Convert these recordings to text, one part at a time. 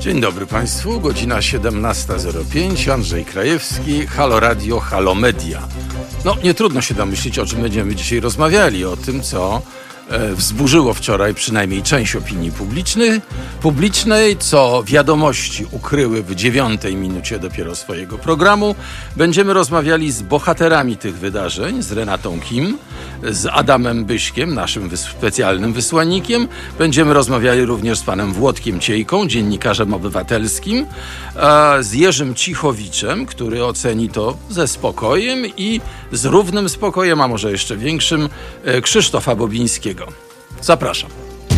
Dzień dobry Państwu, godzina 17:05, Andrzej Krajewski, Halo Radio, Halo Media. No, nie trudno się domyślić, o czym będziemy dzisiaj rozmawiali, o tym, co wzburzyło wczoraj przynajmniej część opinii publicznej, co Wiadomości ukryły w 9 minucie dopiero swojego programu. Będziemy rozmawiali z bohaterami tych wydarzeń, z Renatą Kim, z Adamem Byśkiem, naszym specjalnym wysłannikiem. Będziemy rozmawiali również z panem Włodkiem Ciejką, dziennikarzem obywatelskim, z Jerzym Cichowiczem, który oceni to ze spokojem i z równym spokojem, a może jeszcze większym, Krzysztofa Bobińskiego. Zapraszam.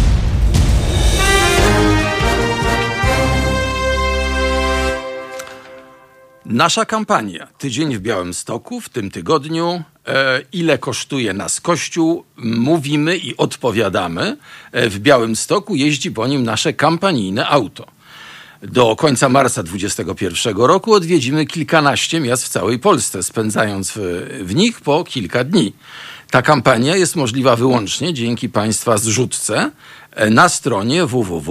Nasza kampania Tydzień w Białymstoku w tym tygodniu. Ile kosztuje nas Kościół? Mówimy i odpowiadamy. W Białymstoku jeździ po nim nasze kampanijne auto. Do końca marca 2021 roku odwiedzimy kilkanaście miast w całej Polsce, spędzając w nich po kilka dni. Ta kampania jest możliwa wyłącznie dzięki Państwa zrzutce na stronie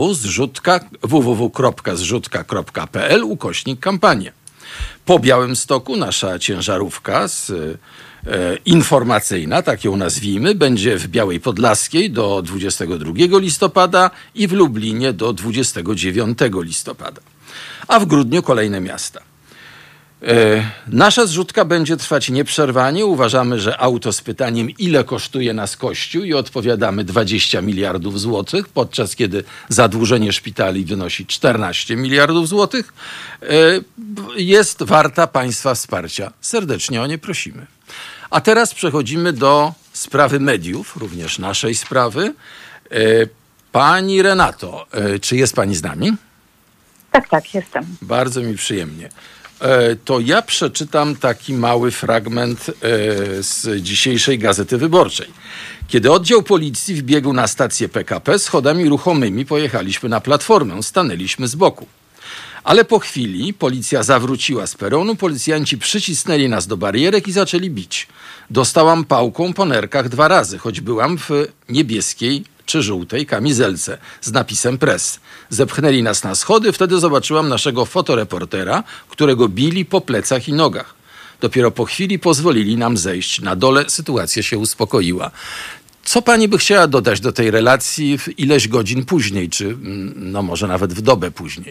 www.zrzutka.pl/kampania. Po Białymstoku nasza ciężarówka informacyjna, tak ją nazwijmy, będzie w Białej Podlaskiej do 22 listopada i w Lublinie do 29 listopada. A w grudniu kolejne miasta. Nasza zrzutka będzie trwać nieprzerwanie. Uważamy, że auto z pytaniem, ile kosztuje nas Kościół, i odpowiadamy 20 miliardów złotych, podczas kiedy zadłużenie szpitali wynosi 14 miliardów złotych, jest warta Państwa wsparcia. Serdecznie o nie prosimy. A teraz przechodzimy do sprawy mediów, również naszej sprawy. Pani Renato, czy jest Pani z nami? Tak, jestem. Bardzo mi przyjemnie. To ja przeczytam taki mały fragment z dzisiejszej Gazety Wyborczej. Kiedy oddział policji wbiegł na stację PKP, schodami ruchomymi pojechaliśmy na platformę, stanęliśmy z boku. Ale po chwili policja zawróciła z peronu, policjanci przycisnęli nas do barierek i zaczęli bić. Dostałam pałką po nerkach 2 razy, choć byłam w niebieskiej czy żółtej kamizelce z napisem Press. Zepchnęli nas na schody, wtedy zobaczyłam naszego fotoreportera, którego bili po plecach i nogach. Dopiero po chwili pozwolili nam zejść. Na dole sytuacja się uspokoiła. Co pani by chciała dodać do tej relacji w ileś godzin później, czy no może nawet w dobę później?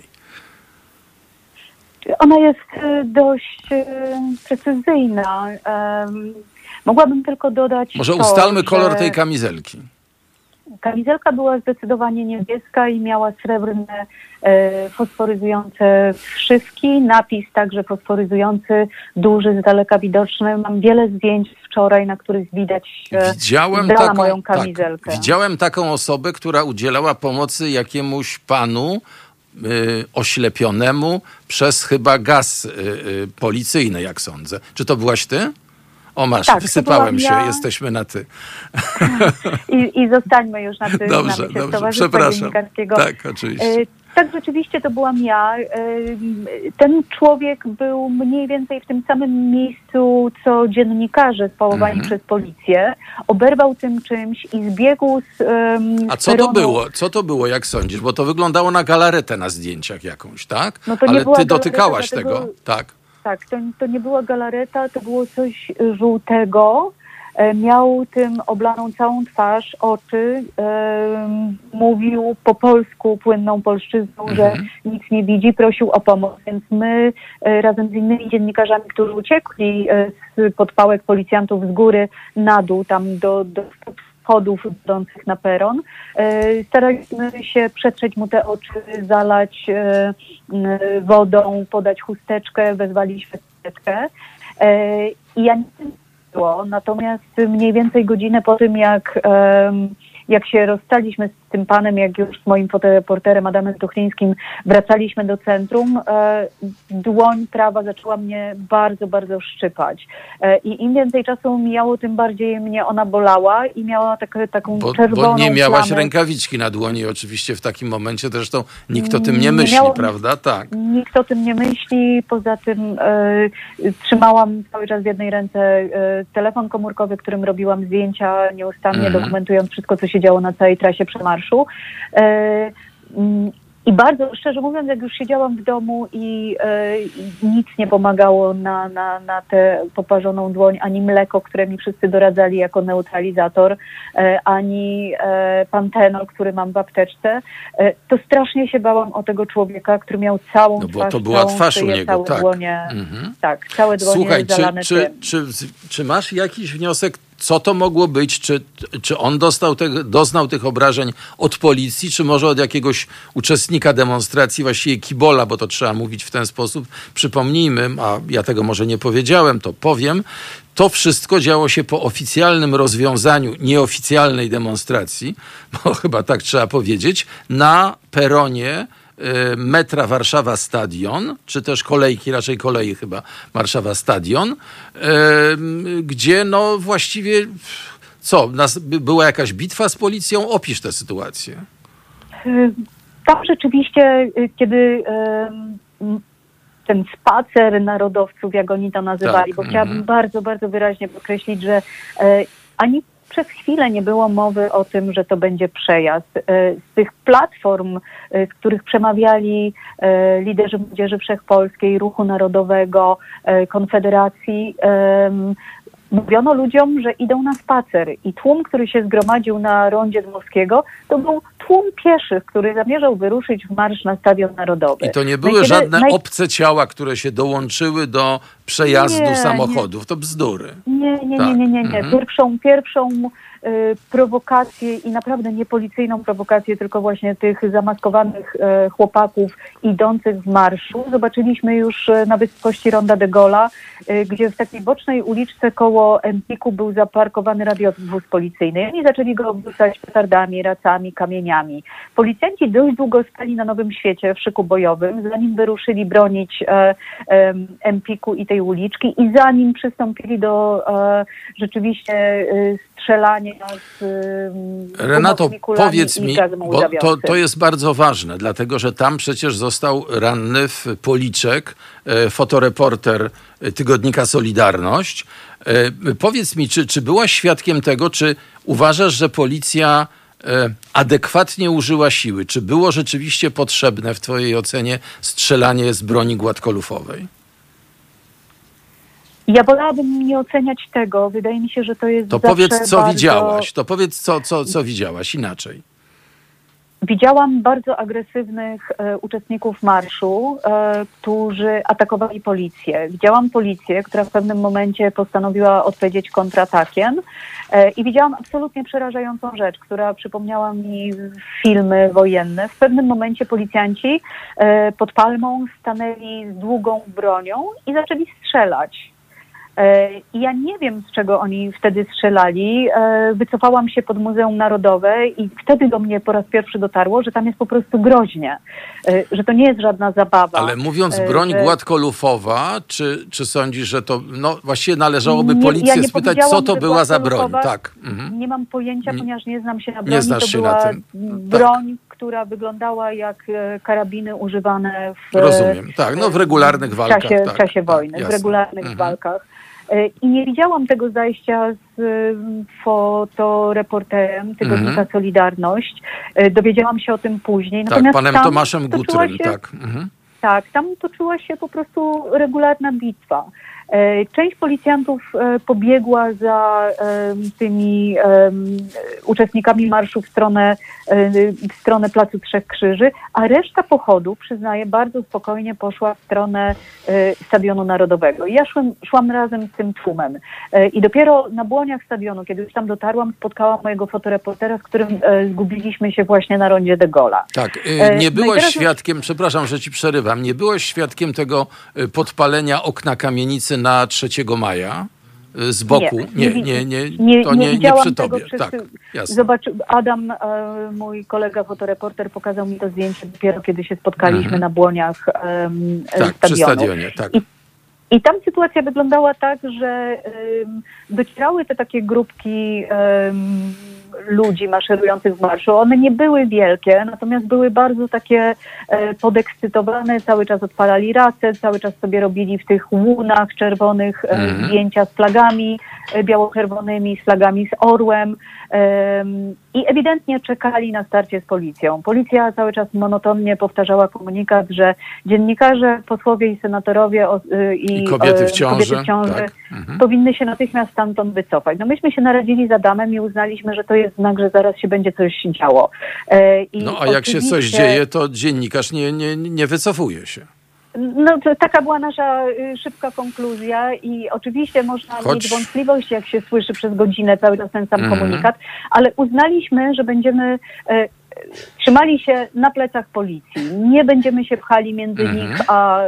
Ona jest dość precyzyjna. Mogłabym tylko dodać... Może ustalmy kolor tej kamizelki. Kamizelka była zdecydowanie niebieska i miała srebrne, fosforyzujące wszyski, napis także fosforyzujący, duży, z daleka widoczny. Mam wiele zdjęć wczoraj, na których widać moją kamizelkę. Widziałem taką osobę, która udzielała pomocy jakiemuś panu oślepionemu przez chyba gaz policyjny, jak sądzę. Czy to byłaś ty? O masz, tak, wysypałem się, jesteśmy na ty. I zostańmy już na ty. Dobrze, przepraszam. Tak, oczywiście. Tak, rzeczywiście to byłam ja. Ten człowiek był mniej więcej w tym samym miejscu, co dziennikarze spałowani przez policję. Oberwał tym czymś i zbiegł z A co to było? Co to było, jak sądzisz? Bo to wyglądało na galaretę na zdjęciach jakąś, tak? No to ale ty dotykałaś dlatego, tego, tak? Tak, to nie była galareta, to było coś żółtego. Miał tym oblaną całą twarz, oczy. Mówił po polsku płynną polszczyzną, że nic nie widzi, prosił o pomoc. Więc my razem z innymi dziennikarzami, którzy uciekli z podpałek policjantów z góry na dół, tam do schodów idących na peron, staraliśmy się przetrzeć mu te oczy, zalać wodą, podać chusteczkę, wezwaliśmy chusteczkę. I ja nie było, natomiast mniej więcej godzinę po tym, jak się rozstaliśmy z tym panem, jak już z moim fotoreporterem Adamem Tuchlińskim wracaliśmy do centrum, dłoń prawa zaczęła mnie bardzo, bardzo szczypać. I im więcej czasu mijało, tym bardziej mnie ona bolała i miała taką czerwoną Bo nie miałaś plamę. Rękawiczki na dłoni oczywiście w takim momencie, zresztą nikt o tym nie myśli, prawda? Tak. Nikt o tym nie myśli, poza tym trzymałam cały czas w jednej ręce telefon komórkowy, którym robiłam zdjęcia nieustannie, dokumentując wszystko, co się działo na całej trasie przemarszu. I bardzo, szczerze mówiąc, jak już siedziałam w domu i nic nie pomagało na tę poparzoną dłoń, ani mleko, które mi wszyscy doradzali jako neutralizator, ani pantenol, który mam w apteczce, to strasznie się bałam o tego człowieka, który miał całą no bo twarz, to była twarz u niego, całe tak. dłonie, tak, całe dłonie. Słuchaj, zalane tym. czy masz jakiś wniosek, co to mogło być? Czy on doznał tych obrażeń od policji, czy może od jakiegoś uczestnika demonstracji, właściwie kibola, bo to trzeba mówić w ten sposób. Przypomnijmy, a ja tego może nie powiedziałem, to powiem, to wszystko działo się po oficjalnym rozwiązaniu nieoficjalnej demonstracji, bo chyba tak trzeba powiedzieć, na peronie metra Warszawa Stadion, czy też kolejki, raczej kolei chyba Warszawa Stadion, gdzie no właściwie była jakaś bitwa z policją? Opisz tę sytuację. Tam rzeczywiście, kiedy ten spacer narodowców, jak oni to nazywali, bo chciałabym bardzo, bardzo wyraźnie podkreślić, że ani przez chwilę nie było mowy o tym, że to będzie przejazd. Z tych platform, z których przemawiali liderzy Młodzieży Wszechpolskiej, Ruchu Narodowego, Konfederacji, mówiono ludziom, że idą na spacer i tłum, który się zgromadził na rondzie Dmowskiego, to był tłum pieszych, który zamierzał wyruszyć w marsz na Stadion Narodowy. I to nie były żadne obce ciała, które się dołączyły do przejazdu samochodów. To bzdury. Nie. Pierwszą prowokację i naprawdę nie policyjną prowokację, tylko właśnie tych zamaskowanych chłopaków idących w marszu zobaczyliśmy już na wysokości Ronda de Gola, gdzie w takiej bocznej uliczce koło Empiku był zaparkowany radiowóz policyjny. Oni zaczęli go obrzucać petardami, racami, kamieniami. Policjanci dość długo stali na Nowym Świecie w szyku bojowym, zanim wyruszyli bronić Empiku i tej uliczki i zanim przystąpili do rzeczywiście strzelania z Renato, powiedz mi, bo to jest jest bardzo ważne, dlatego że tam przecież został ranny Policzek, fotoreporter tygodnika Solidarność. Powiedz mi, czy byłaś świadkiem tego, czy uważasz, że policja adekwatnie użyła siły? Czy było rzeczywiście potrzebne w twojej ocenie strzelanie z broni gładkolufowej? Ja wolałabym nie oceniać tego. Wydaje mi się, że to jest To powiedz, co widziałaś. To powiedz, co widziałaś inaczej. Widziałam bardzo agresywnych uczestników marszu, którzy atakowali policję. Widziałam policję, która w pewnym momencie postanowiła odpowiedzieć kontratakiem i widziałam absolutnie przerażającą rzecz, która przypomniała mi filmy wojenne. W pewnym momencie policjanci pod palmą stanęli z długą bronią i zaczęli strzelać. I ja nie wiem, z czego oni wtedy strzelali. Wycofałam się pod Muzeum Narodowe i wtedy do mnie po raz pierwszy dotarło, że tam jest po prostu groźnie, że to nie jest żadna zabawa. Ale mówiąc broń gładkolufowa, czy sądzisz, że to właściwie należałoby policję spytać, co to była za broń? Tak. Nie mam pojęcia, ponieważ nie znam się na broni. Nie znasz się na tym. Broń, która wyglądała jak karabiny używane rozumiem, tak, w regularnych walkach. W czasie wojny, w regularnych walkach. I nie widziałam tego zajścia z fotoreporterem tygodnika Solidarność. Dowiedziałam się o tym później. Natomiast panem Tomaszem Gutrym, tak. Tak, tam toczyła się po prostu regularna bitwa. Część policjantów pobiegła za tymi uczestnikami marszu w stronę Placu Trzech Krzyży, a reszta pochodu, przyznaję, bardzo spokojnie poszła w stronę Stadionu Narodowego. I ja szłam razem z tym tłumem. I dopiero na błoniach stadionu, kiedy już tam dotarłam, spotkałam mojego fotoreportera, z którym zgubiliśmy się właśnie na rondzie de Gola. Tak, nie byłaś świadkiem, przepraszam, że ci przerywam, nie byłaś świadkiem tego podpalenia okna kamienicy na 3 maja z boku? Nie przy tobie. Tak, jasne. Zobacz, Adam, mój kolega fotoreporter, pokazał mi to zdjęcie dopiero kiedy się spotkaliśmy na błoniach stadionu. Przy stadionie, tak. I tam sytuacja wyglądała tak, że docierały te takie grupki ludzi maszerujących w marszu. One nie były wielkie, natomiast były bardzo takie podekscytowane, cały czas odpalali racę, cały czas sobie robili w tych łunach czerwonych zdjęcia z flagami biało-czerwonymi, z flagami z orłem i ewidentnie czekali na starcie z policją. Policja cały czas monotonnie powtarzała komunikat, że dziennikarze, posłowie i senatorowie i kobiety w ciąży, tak. Powinny się natychmiast stamtąd wycofać. No myśmy się naradzili z Adamem i uznaliśmy, że to jest znak, że zaraz się będzie coś działo. A jak się coś dzieje, to dziennikarz nie wycofuje się. No to taka była nasza szybka konkluzja i oczywiście można mieć wątpliwości, jak się słyszy przez godzinę cały czas ten sam komunikat, ale uznaliśmy, że będziemy trzymali się na plecach policji. Nie będziemy się pchali między nich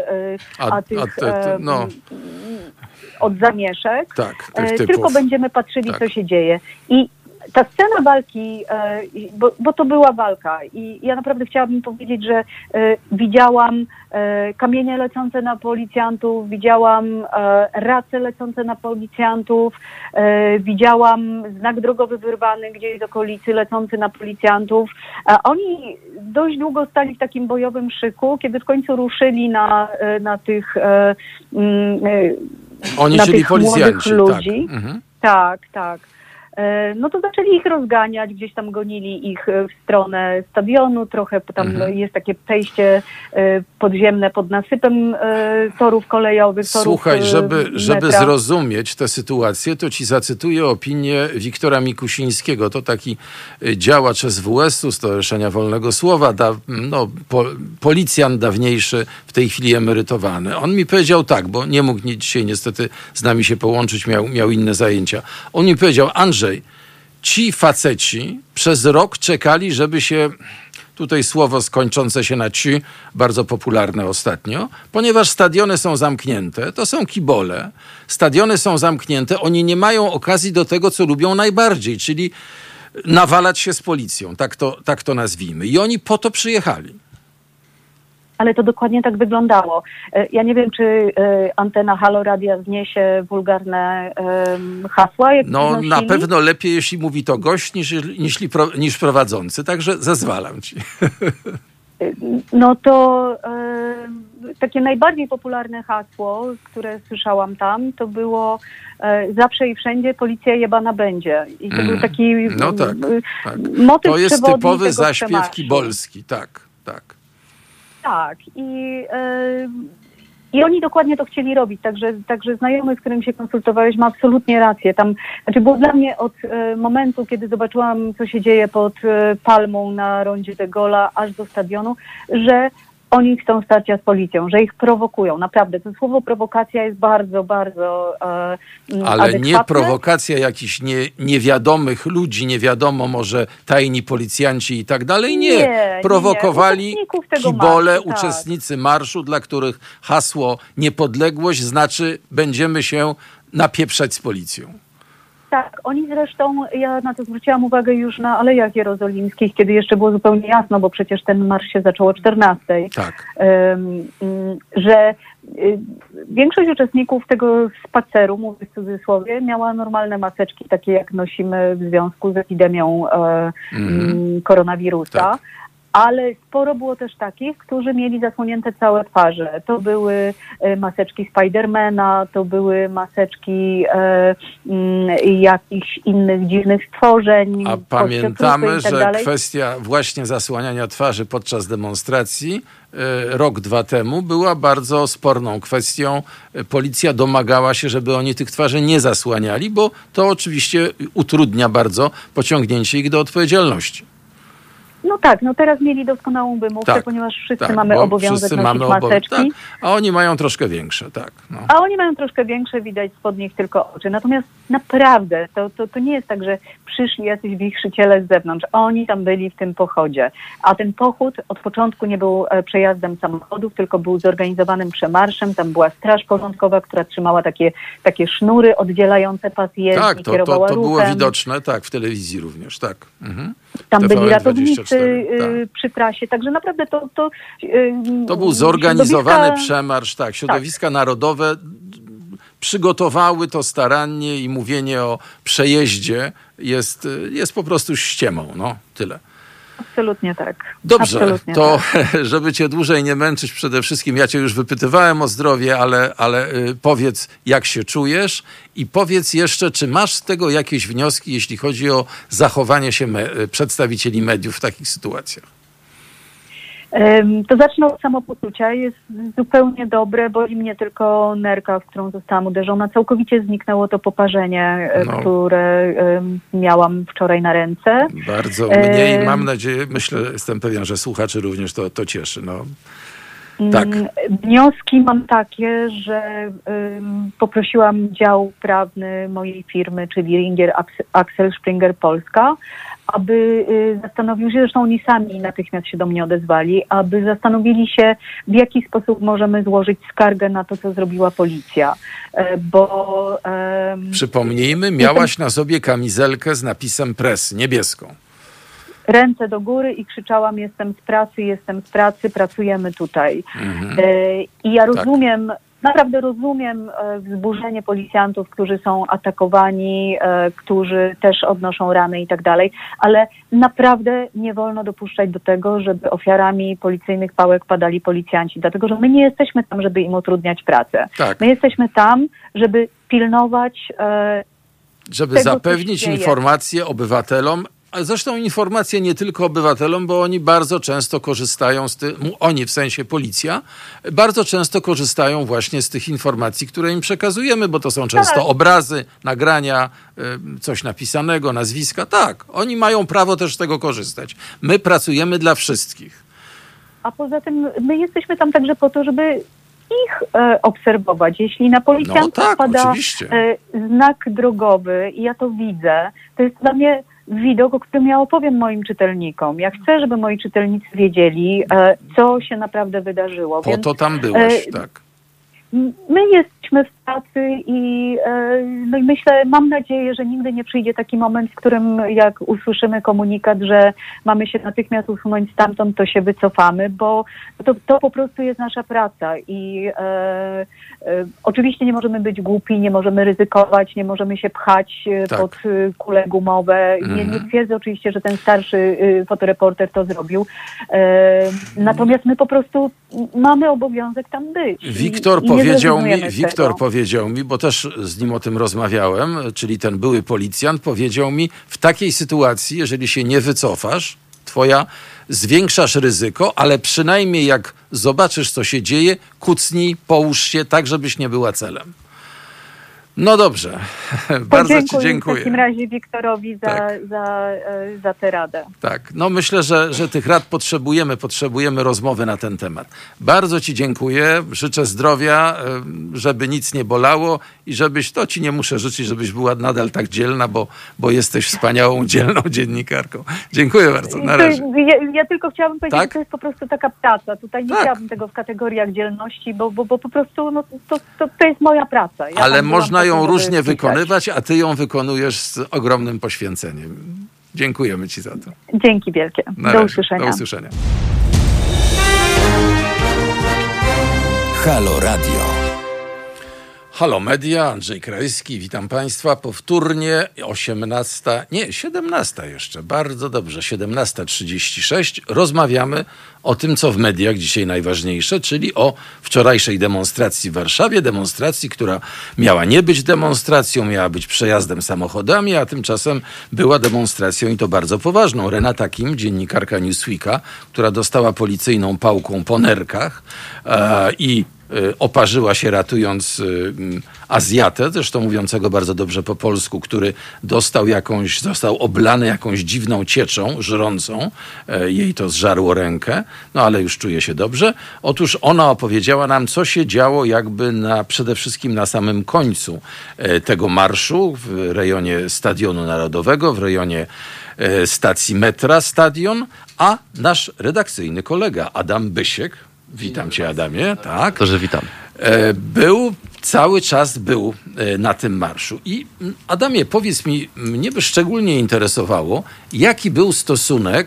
od zamieszek, tylko będziemy patrzyli, co się dzieje. I ta scena walki, bo to była walka i ja naprawdę chciałabym powiedzieć, że widziałam kamienie lecące na policjantów, widziałam race lecące na policjantów, widziałam znak drogowy wyrwany gdzieś z okolicy lecący na policjantów. Oni dość długo stali w takim bojowym szyku, kiedy w końcu ruszyli na tych Oni, na czyli tych policjanci, ludzi. Tak. No to zaczęli ich rozganiać, gdzieś tam gonili ich w stronę stadionu, trochę tam jest takie przejście podziemne pod nasypem torów kolejowych. Słuchaj, żeby zrozumieć tę sytuację, to ci zacytuję opinię Wiktora Mikusińskiego. To taki działacz SWS-u, Stowarzyszenia Wolnego Słowa, policjant dawniejszy, w tej chwili emerytowany. On mi powiedział tak, bo nie mógł dzisiaj niestety z nami się połączyć, miał inne zajęcia. On mi powiedział: Andrzej, ci faceci przez rok czekali, żeby się, tutaj słowo skończące się na ci, bardzo popularne ostatnio, ponieważ stadiony są zamknięte, to są kibole, stadiony są zamknięte, oni nie mają okazji do tego, co lubią najbardziej, czyli nawalać się z policją, tak to nazwijmy. I oni po to przyjechali. Ale to dokładnie tak wyglądało. Ja nie wiem, czy antena Halo Radia zniesie wulgarne hasła. No na pewno lepiej, jeśli mówi to gość, niż prowadzący. Także zezwalam ci. No to takie najbardziej popularne hasło, które słyszałam tam, to było zawsze i wszędzie policja jebana będzie. I to był taki motyw. To jest typowy zaśpiew przemarszu. kibolski, tak. Tak. I oni dokładnie to chcieli robić. Także znajomy, z którym się konsultowałeś, ma absolutnie rację. Było dla mnie od momentu, kiedy zobaczyłam, co się dzieje pod palmą na rondzie de Gaulle'a, aż do stadionu, że oni chcą starcia z policją, że ich prowokują. Naprawdę, to słowo prowokacja jest bardzo, bardzo ale adekwatne. Nie prowokacja jakichś niewiadomych ludzi, nie wiadomo, może tajni policjanci i tak dalej. Nie. Prowokowali kibole, marszu, uczestnicy marszu, dla których hasło niepodległość znaczy będziemy się napieprzać z policją. Tak, oni zresztą, ja na to zwróciłam uwagę już na Alejach Jerozolimskich, kiedy jeszcze było zupełnie jasno, bo przecież ten marsz się zaczął o 14:00. Tak. Że większość uczestników tego spaceru, mówię w cudzysłowie, miała normalne maseczki, takie jak nosimy w związku z epidemią koronawirusa. Tak. Ale sporo było też takich, którzy mieli zasłonięte całe twarze. To były maseczki Spidermana, to były maseczki jakichś innych dziwnych stworzeń. A pamiętamy, że kwestia właśnie zasłaniania twarzy podczas demonstracji rok, 2 temu była bardzo sporną kwestią. Policja domagała się, żeby oni tych twarzy nie zasłaniali, bo to oczywiście utrudnia bardzo pociągnięcie ich do odpowiedzialności. No tak, teraz mieli doskonałą wymówkę, ponieważ wszyscy mamy obowiązek nosić maseczki. A oni mają troszkę większe, tak. No. A oni mają troszkę większe, widać spod nich tylko oczy. Natomiast naprawdę to nie jest tak, że przyszli jacyś wichrzyciele z zewnątrz. Oni tam byli w tym pochodzie. A ten pochód od początku nie był przejazdem samochodów, tylko był zorganizowanym przemarszem. Tam była straż porządkowa, która trzymała takie sznury oddzielające pas jezdni, kierowała ruchem. To było widoczne, tak, w telewizji również, tak. Tam byli ratownicy przy trasie, także naprawdę to był zorganizowany przemarsz, tak, środowiska narodowe przygotowały to starannie i mówienie o przejeździe jest po prostu ściemą. No, tyle. Absolutnie tak. Dobrze, Absolutnie to tak. żeby cię dłużej nie męczyć, przede wszystkim ja cię już wypytywałem o zdrowie, ale powiedz, jak się czujesz i powiedz jeszcze, czy masz z tego jakieś wnioski, jeśli chodzi o zachowanie się przedstawicieli mediów w takich sytuacjach? To zacznę od samopoczucia. Jest zupełnie dobre, boli mnie tylko nerka, w którą zostałam uderzona. Całkowicie zniknęło to poparzenie, które miałam wczoraj na ręce. Bardzo mnie i mam nadzieję, jestem pewien, że słuchaczy również to cieszy. No. Tak. Wnioski mam takie, że poprosiłam dział prawny mojej firmy, czyli Ringer Axel Springer Polska, aby zastanowił się, zresztą oni sami natychmiast się do mnie odezwali, aby zastanowili się, w jaki sposób możemy złożyć skargę na to, co zrobiła policja. Bo przypomnijmy, miałaś na sobie kamizelkę z napisem Press, niebieską. Ręce do góry i krzyczałam: jestem z pracy, pracujemy tutaj. I ja rozumiem, naprawdę rozumiem wzburzenie policjantów, którzy są atakowani, którzy też odnoszą rany i tak dalej, ale naprawdę nie wolno dopuszczać do tego, żeby ofiarami policyjnych pałek padali policjanci, dlatego że my nie jesteśmy tam, żeby im utrudniać pracę. Tak. My jesteśmy tam, żeby pilnować żeby tego, zapewnić informacje obywatelom, a zresztą informacje nie tylko obywatelom, bo oni bardzo często korzystają oni w sensie policja, bardzo często korzystają właśnie z tych informacji, które im przekazujemy, bo to są często obrazy, nagrania, coś napisanego, nazwiska. Tak, oni mają prawo też z tego korzystać. My pracujemy dla wszystkich. A poza tym my jesteśmy tam także po to, żeby ich obserwować. Jeśli na policjanta pada znak drogowy i ja to widzę, to jest dla mnie widok, o którym ja opowiem moim czytelnikom. Ja chcę, żeby moi czytelnicy wiedzieli, co się naprawdę wydarzyło. Po to tam byłeś, tak. My jesteśmy w pracy i myślę, mam nadzieję, że nigdy nie przyjdzie taki moment, w którym jak usłyszymy komunikat, że mamy się natychmiast usunąć stamtąd, to się wycofamy, bo to po prostu jest nasza praca i oczywiście nie możemy być głupi, nie możemy ryzykować, nie możemy się pchać pod kule gumowe. Nie twierdzę oczywiście, że ten starszy fotoreporter to zrobił. Natomiast my po prostu mamy obowiązek tam być. Wiktor powiedział mi, bo też z nim o tym rozmawiałem, czyli ten były policjant, powiedział mi, w takiej sytuacji, jeżeli się nie wycofasz, zwiększasz ryzyko, ale przynajmniej jak zobaczysz, co się dzieje, kucnij, połóż się tak, żebyś nie była celem. No dobrze, bardzo ci dziękuję. W takim razie Wiktorowi za tę radę. Tak, no myślę, że tych rad potrzebujemy rozmowy na ten temat. Bardzo ci dziękuję, życzę zdrowia, żeby nic nie bolało i to ci nie muszę życzyć, żebyś była nadal tak dzielna, bo jesteś wspaniałą, dzielną dziennikarką. Dziękuję bardzo, na razie. Ja tylko chciałabym powiedzieć, że to jest po prostu taka praca. Tutaj nie chciałabym tego w kategoriach dzielności, bo po prostu to jest moja praca. Ale można ją różnie wykonywać, a ty ją wykonujesz z ogromnym poświęceniem. Dziękujemy ci za to. Dzięki wielkie. Do usłyszenia. Do usłyszenia. Halo Radio. Halo Media, Andrzej Krajewski, witam Państwa. Powtórnie 17 jeszcze, bardzo dobrze, 17:36. Rozmawiamy o tym, co w mediach dzisiaj najważniejsze, czyli o wczorajszej demonstracji w Warszawie. Demonstracji, która miała nie być demonstracją, miała być przejazdem samochodami, a tymczasem była demonstracją i to bardzo poważną. Renata Kim, dziennikarka Newsweeka, która dostała policyjną pałką po nerkach i oparzyła się, ratując Azjatę, zresztą mówiącego bardzo dobrze po polsku, który został oblany jakąś dziwną cieczą żrącą. Jej to zżarło rękę, no ale już czuje się dobrze. Otóż ona opowiedziała nam, co się działo jakby przede wszystkim na samym końcu tego marszu w rejonie Stadionu Narodowego, w rejonie stacji metra Stadion, a nasz redakcyjny kolega Adam Bysiek, witam cię, Adamie. Tak. To, że witam. Cały czas był na tym marszu. I Adamie, powiedz mi, mnie by szczególnie interesowało, jaki był stosunek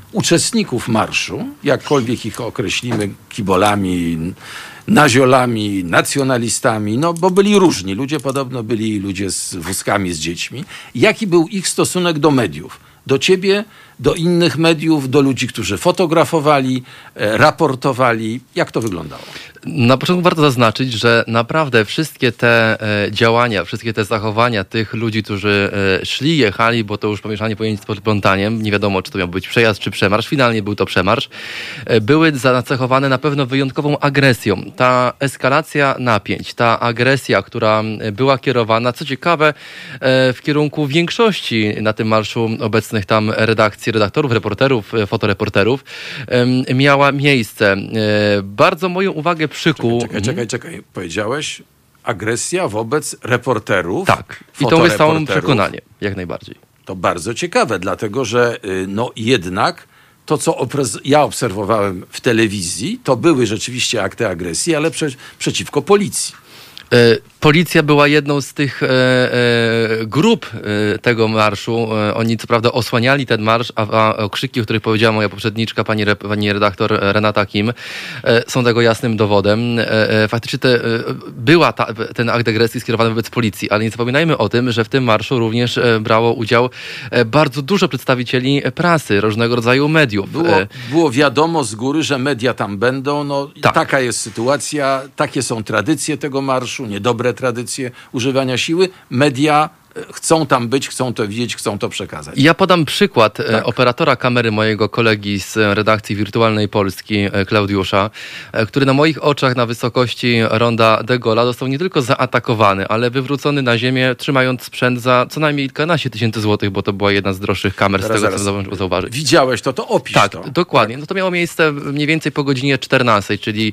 uczestników marszu, jakkolwiek ich określimy, kibolami, naziolami, nacjonalistami, no bo byli różni. Ludzie podobno byli ludzie z wózkami, z dziećmi. Jaki był ich stosunek do mediów? Do ciebie, do innych mediów, do ludzi, którzy fotografowali, raportowali. Jak to wyglądało? Na początku warto zaznaczyć, że naprawdę wszystkie te działania, wszystkie te zachowania tych ludzi, którzy szli, jechali, bo to już pomieszanie pojęć z poplątaniem, nie wiadomo, czy to miał być przejazd, czy przemarsz, finalnie był to przemarsz, były nacechowane na pewno wyjątkową agresją. Ta eskalacja napięć, ta agresja, która była kierowana, co ciekawe, w kierunku większości na tym marszu obecnych tam redakcji, redaktorów, reporterów, fotoreporterów, miała miejsce. Bardzo moją uwagę przykuł... Czekaj. Powiedziałeś agresja wobec reporterów. Tak. I to jest całym przekonaniem, jak najbardziej. To bardzo ciekawe, dlatego że no jednak to, co ja obserwowałem w telewizji, to były rzeczywiście akty agresji, ale przeciwko policji. Policja była jedną z tych grup tego marszu. Oni co prawda osłaniali ten marsz, a okrzyki, o których powiedziała moja poprzedniczka, pani redaktor Renata Kim, są tego jasnym dowodem. Faktycznie ten akt agresji skierowany wobec policji, ale nie zapominajmy o tym, że w tym marszu również brało udział bardzo dużo przedstawicieli prasy, różnego rodzaju mediów. Było wiadomo z góry, że media tam będą. No, tak. Taka jest sytuacja, takie są tradycje tego marszu, niedobre tradycje używania siły. Media chcą tam być, chcą to widzieć, chcą to przekazać. Ja podam przykład operatora kamery mojego kolegi z redakcji Wirtualnej Polski, Klaudiusza, który na moich oczach na wysokości ronda de Gaulle'a został nie tylko zaatakowany, ale wywrócony na ziemię, trzymając sprzęt za co najmniej kilkanaście tysięcy złotych, bo to była jedna z droższych kamer, z tego co zauważyć. Widziałeś to opisz tak, to. Dokładnie. No to miało miejsce mniej więcej po godzinie 14, czyli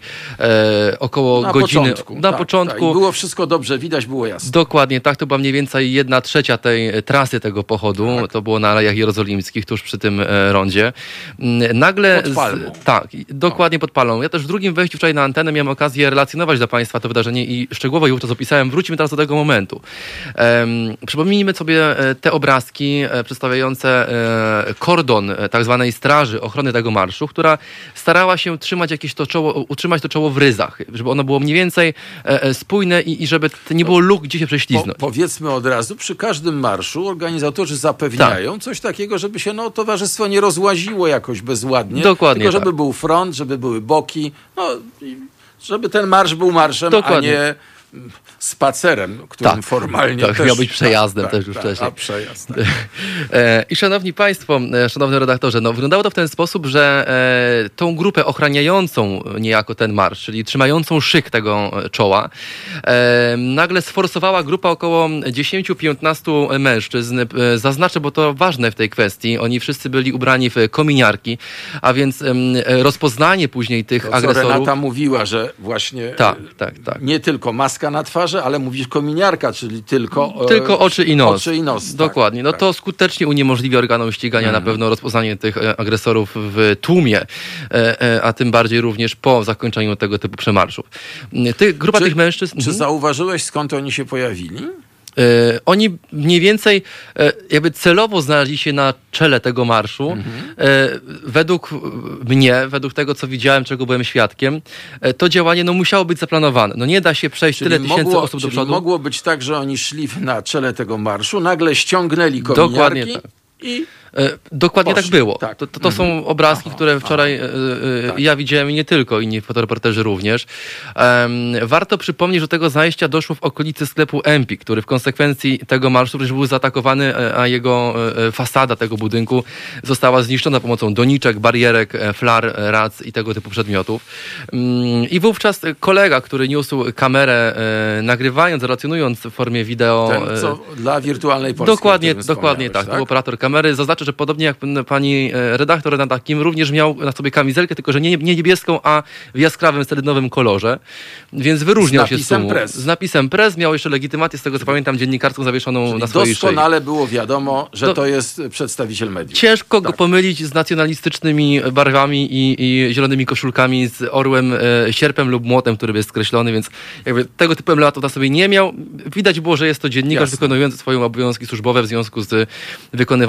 około godziny... Na początku. Tak. Było wszystko dobrze, widać, było jasne. Dokładnie, tak. To była mniej więcej 1/3 tej trasy tego pochodu. Tak. To było na Alejach Jerozolimskich, tuż przy tym rondzie. Nagle... Pod Palmą. Tak, dokładnie pod Palmą. Ja też w drugim wejściu wczoraj na antenę miałem okazję relacjonować dla Państwa to wydarzenie i szczegółowo je wówczas opisałem. Wróćmy teraz do tego momentu. Przypomnijmy sobie te obrazki przedstawiające kordon tak zwanej Straży Ochrony tego marszu, która starała się utrzymać to czoło w ryzach, żeby ono było mniej więcej spójne i żeby nie było luk, gdzie się prześliznąć. Powiedzmy od razu, przy każdym marszu organizatorzy zapewniają coś takiego, żeby się towarzystwo nie rozłaziło jakoś bezładnie. Dokładnie. Tylko żeby był front, żeby były boki, żeby ten marsz był marszem, dokładnie. A nie spacerem, którym formalnie też... miał być przejazdem też już wcześniej. Przejazd. Tak. I szanowni Państwo, szanowny redaktorze, wyglądało to w ten sposób, że tą grupę ochraniającą niejako ten marsz, czyli trzymającą szyk tego czoła, nagle sforsowała grupa około 10-15 mężczyzn. Zaznaczę, bo to ważne w tej kwestii. Oni wszyscy byli ubrani w kominiarki, a więc rozpoznanie później tych agresorów... Renata mówiła, że właśnie tak. nie tylko maska na twarzy, ale mówisz kominiarka, czyli tylko oczy i nos. Dokładnie. Tak. To skutecznie uniemożliwia organom ścigania na pewno rozpoznanie tych agresorów w tłumie, a tym bardziej również po zakończeniu tego typu przemarszów. Grupa tych mężczyzn... Czy zauważyłeś, skąd oni się pojawili? Oni mniej więcej jakby celowo znaleźli się na czele tego marszu. Według mnie, według tego, co widziałem, czego byłem świadkiem, to działanie musiało być zaplanowane. Nie da się przejść tyle tysięcy osób do przodu. Mogło być tak, że oni szli na czele tego marszu, nagle ściągnęli kominiarki. Dokładnie tak. Dokładnie poszli. Tak było. Tak. To są obrazki, które wczoraj ja widziałem i nie tylko, inni fotoreporterzy również. Warto przypomnieć, że do tego zajścia doszło w okolicy sklepu Empik, który w konsekwencji tego marszu również był zaatakowany, a jego fasada tego budynku została zniszczona pomocą doniczek, barierek, flar, rac i tego typu przedmiotów. I wówczas kolega, który niósł kamerę, nagrywając, relacjonując w formie wideo... Ten, co dla Wirtualnej Polski. Dokładnie tak. To był operator kamery. Zaznaczę, że podobnie jak pani redaktor Renata Kim również miał na sobie kamizelkę, tylko że nie niebieską, a w jaskrawym, selenowym kolorze. Więc wyróżniał się z tłumu. Z napisem press. Miał jeszcze legitymację, z tego co pamiętam, dziennikarską zawieszoną czyli na swojej szyi. Doskonale było wiadomo, że to jest przedstawiciel mediów. Ciężko go pomylić z nacjonalistycznymi barwami i zielonymi koszulkami z orłem, sierpem lub młotem, który jest skreślony, więc jakby tego typu emblematów na sobie nie miał. Widać było, że jest to dziennikarz wykonujący swoje obowiązki służbowe w związku z wykonywanym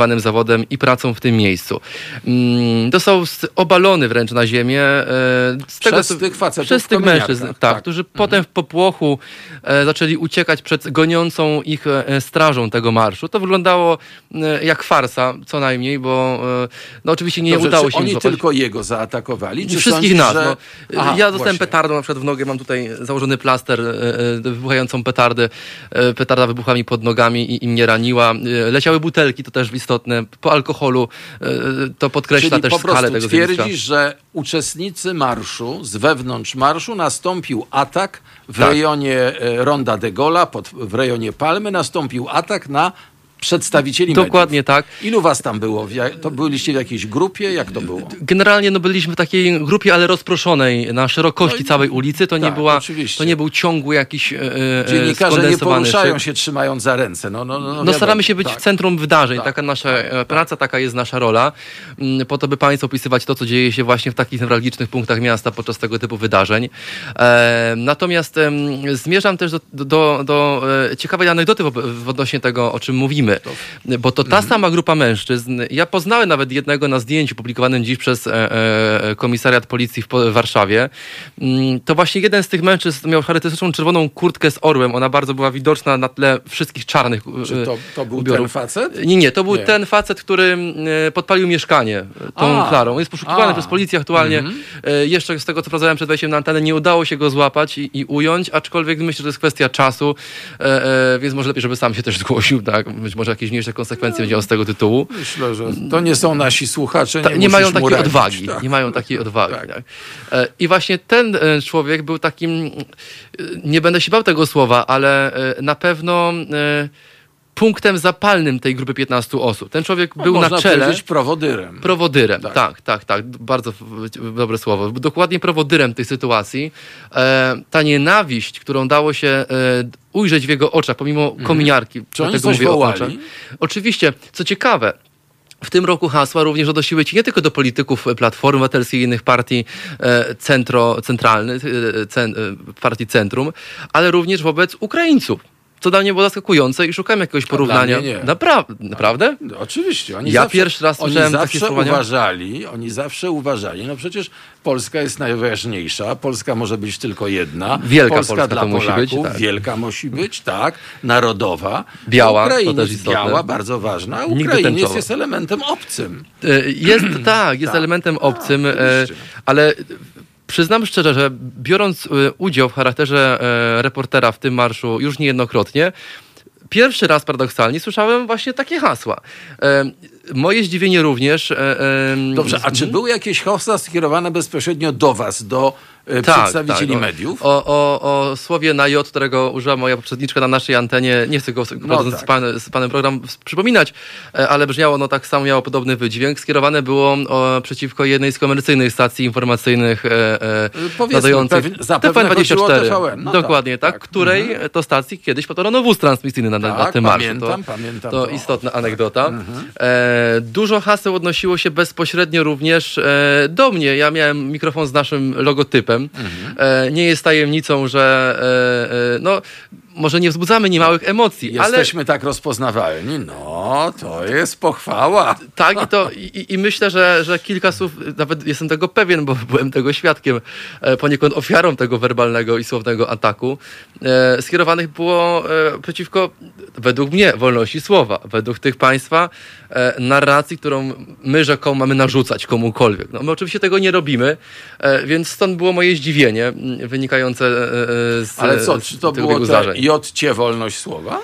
wykonywanym zawodem i pracą w tym miejscu. Został obalony wręcz na ziemię Przez tych facetów przez tych mężczyzn, tak, którzy potem w popłochu zaczęli uciekać przed goniącą ich strażą tego marszu. To wyglądało jak farsa, co najmniej, bo no oczywiście nie udało się im oni złapać. tylko jego zaatakowali? Czy wszystkich sądzisz, nas. że... No. Ja dostałem petardą na przykład w nogę, mam tutaj założony plaster, wybuchającą petardę. Petarda wybuchła mi pod nogami i mnie raniła. Leciały butelki, to też istotne. Po alkoholu to podkreśla Czyli też po skalę prostu tego zjawiska. twierdzisz, że uczestnicy marszu, z wewnątrz marszu nastąpił atak w rejonie Ronda de Gaulle'a, w rejonie Palmy nastąpił atak na przedstawicieli Dokładnie mediów. tak. Ilu was tam było? To byliście w jakiejś grupie? Jak to było? Generalnie byliśmy w takiej grupie, ale rozproszonej na szerokości całej ulicy. To oczywiście. To nie był ciągły jakiś Dziennikarze nie poruszają szyk. się trzymając za ręce. No staramy się być w centrum wydarzeń. Taka nasza praca, taka jest nasza rola. Po to, by Państwu opisywać to, co dzieje się właśnie w takich newralgicznych punktach miasta podczas tego typu wydarzeń. Natomiast zmierzam też do ciekawej anegdoty odnośnie tego, o czym mówimy. Bo to ta sama grupa mężczyzn, ja poznałem nawet jednego na zdjęciu publikowanym dziś przez komisariat policji w Warszawie. To właśnie jeden z tych mężczyzn miał charakterystyczną czerwoną kurtkę z orłem. Ona bardzo była widoczna na tle wszystkich czarnych Czy to był ubiorów. ten facet? Nie, to był ten facet, który podpalił mieszkanie tą Klarą. On jest poszukiwany przez policję aktualnie. Jeszcze z tego, co sprawdzałem przed wejściem na antenę, nie udało się go złapać i ująć, aczkolwiek myślę, że to jest kwestia czasu, więc może lepiej, żeby sam się też zgłosił. Tak? Być może jakieś mniejsze konsekwencje będzie on z tego tytułu. Myślę, że to nie są nasi słuchacze. Nie mają takiej radzić, odwagi. Tak. Nie mają takiej odwagi. Tak. I właśnie ten człowiek był takim, nie będę się bał tego słowa, ale na pewno punktem zapalnym tej grupy 15 osób. Ten człowiek był na czele. Można prowodyrem. Prowodyrem, tak. Bardzo dobre słowo. Dokładnie prowodyrem tej sytuacji. Ta nienawiść, którą dało się ujrzeć w jego oczach, pomimo kominiarki. Czy oni dlatego coś mówię o wołali? oczach. Oczywiście, co ciekawe, w tym roku hasła również odnosiły się nie tylko do polityków Platformy Obywatelskiej i innych partii centralnych, partii Centrum, ale również wobec Ukraińców. Co dla mnie było zaskakujące i szukałem jakiegoś porównania. Dla mnie nie. Naprawdę? Oczywiście. Pierwszy raz słyszałem takie słowa. Oni zawsze uważali, no przecież Polska jest najważniejsza, Polska może być tylko jedna. Wielka Polska dla to musi Polaków, być. Tak. wielka musi być, tak, narodowa. Biała, Ukrainiec, to też istotne. biała, bardzo ważna. Nigdy Ukrainiec tęczowa. jest elementem obcym. Jest elementem obcym, ale przyznam szczerze, że biorąc udział w charakterze reportera w tym marszu już niejednokrotnie, pierwszy raz paradoksalnie słyszałem właśnie takie hasła. Moje zdziwienie również... Dobrze, a czy były jakieś hasła skierowane bezpośrednio do was, do przedstawicieli mediów? O słowie na J, którego użyła moja poprzedniczka na naszej antenie, nie chcę go z panem program przypominać, ale brzmiało tak samo, miało podobny wydźwięk. Skierowane było przeciwko jednej z komercyjnych stacji informacyjnych nadających TVN24. TVN. Dokładnie, tak. Której to stacji kiedyś podano wóz transmisyjny na tym marszu. Pamiętam. To istotna anegdota. Dużo haseł odnosiło się bezpośrednio również do mnie. Ja miałem mikrofon z naszym logotypem. Nie jest tajemnicą, że może nie wzbudzamy niemałych emocji. Jesteśmy tak rozpoznawalni. No, to jest pochwała. Tak, i myślę, że kilka słów, nawet jestem tego pewien, bo byłem tego świadkiem, poniekąd ofiarą tego werbalnego i słownego ataku, skierowanych było przeciwko, według mnie, wolności słowa, według tych państwa narracji, którą my rzekomo mamy narzucać komukolwiek. No, my oczywiście tego nie robimy, więc stąd było moje zdziwienie wynikające z Ale co, czy to było J-cie wolność słowa?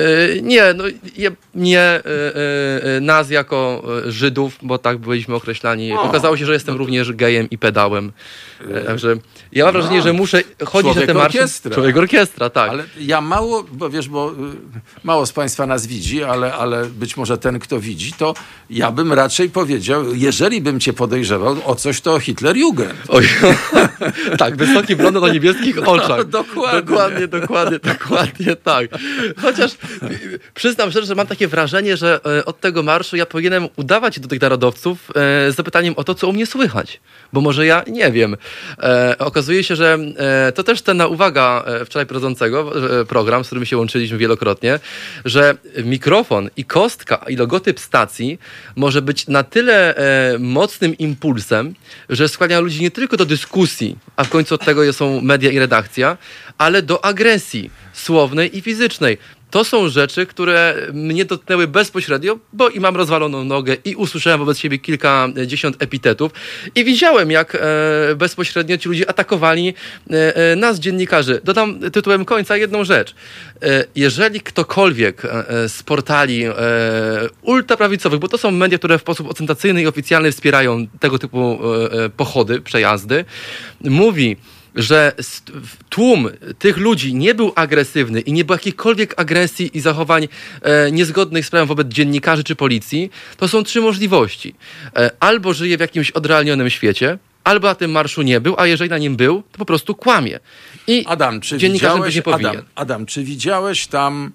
Nie nas jako Żydów, bo tak byliśmy określani. Okazało się, że jestem również gejem i pedałem. Także ja mam wrażenie, że muszę chodzić na te marsze. Człowiek orkiestra, tak. Ale ja bo mało z państwa nas widzi, ale być może ten, kto widzi, to ja bym raczej powiedział, jeżeli bym cię podejrzewał o coś, to Hitlerjugend. Tak, wysoki blond o niebieskich oczach. Dokładnie Dokładnie tak. Chociaż przyznam szczerze, że mam takie wrażenie, że od tego marszu ja powinienem udawać się do tych narodowców z zapytaniem o to, co u mnie słychać. Bo może ja nie wiem. Okazuje się, że to też cenna uwaga wczoraj prowadzącego program, z którym się łączyliśmy wielokrotnie, że mikrofon i kostka i logotyp stacji może być na tyle mocnym impulsem, że skłania ludzi nie tylko do dyskusji, a w końcu od tego są media i redakcja, ale do agresji słownej i fizycznej. To są rzeczy, które mnie dotknęły bezpośrednio, bo i mam rozwaloną nogę i usłyszałem wobec siebie kilkadziesiąt epitetów i widziałem, jak bezpośrednio ci ludzie atakowali nas, dziennikarzy. Dodam tytułem końca jedną rzecz. Jeżeli ktokolwiek z portali ultraprawicowych, bo to są media, które w sposób ostentacyjny i oficjalny wspierają tego typu pochody, przejazdy, mówi, że tłum tych ludzi nie był agresywny i nie było jakichkolwiek agresji i zachowań niezgodnych z prawem wobec dziennikarzy czy policji, to są trzy możliwości. Albo żyje w jakimś odrealnionym świecie, albo na tym marszu nie był, a jeżeli na nim był, to po prostu kłamie. I Adam, czy dziennikarzem być nie powinien. Adam, czy widziałeś tam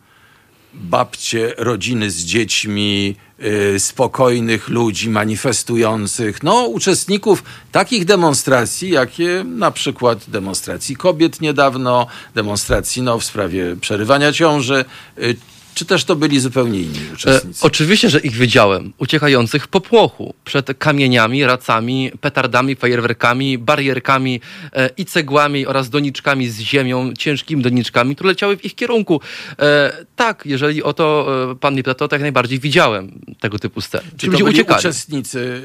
babcie, rodziny z dziećmi, spokojnych ludzi manifestujących, uczestników takich demonstracji, jakie na przykład demonstracji kobiet niedawno, demonstracji w sprawie przerywania ciąży, czy też to byli zupełnie inni uczestnicy? Oczywiście, że ich widziałem, uciekających w popłochu przed kamieniami, racami, petardami, fajerwerkami, barierkami i cegłami oraz doniczkami z ziemią, ciężkimi doniczkami, które leciały w ich kierunku. Tak, jeżeli o to pan mnie pyta, to jak najbardziej widziałem tego typu scen. Czy to byli uczestnicy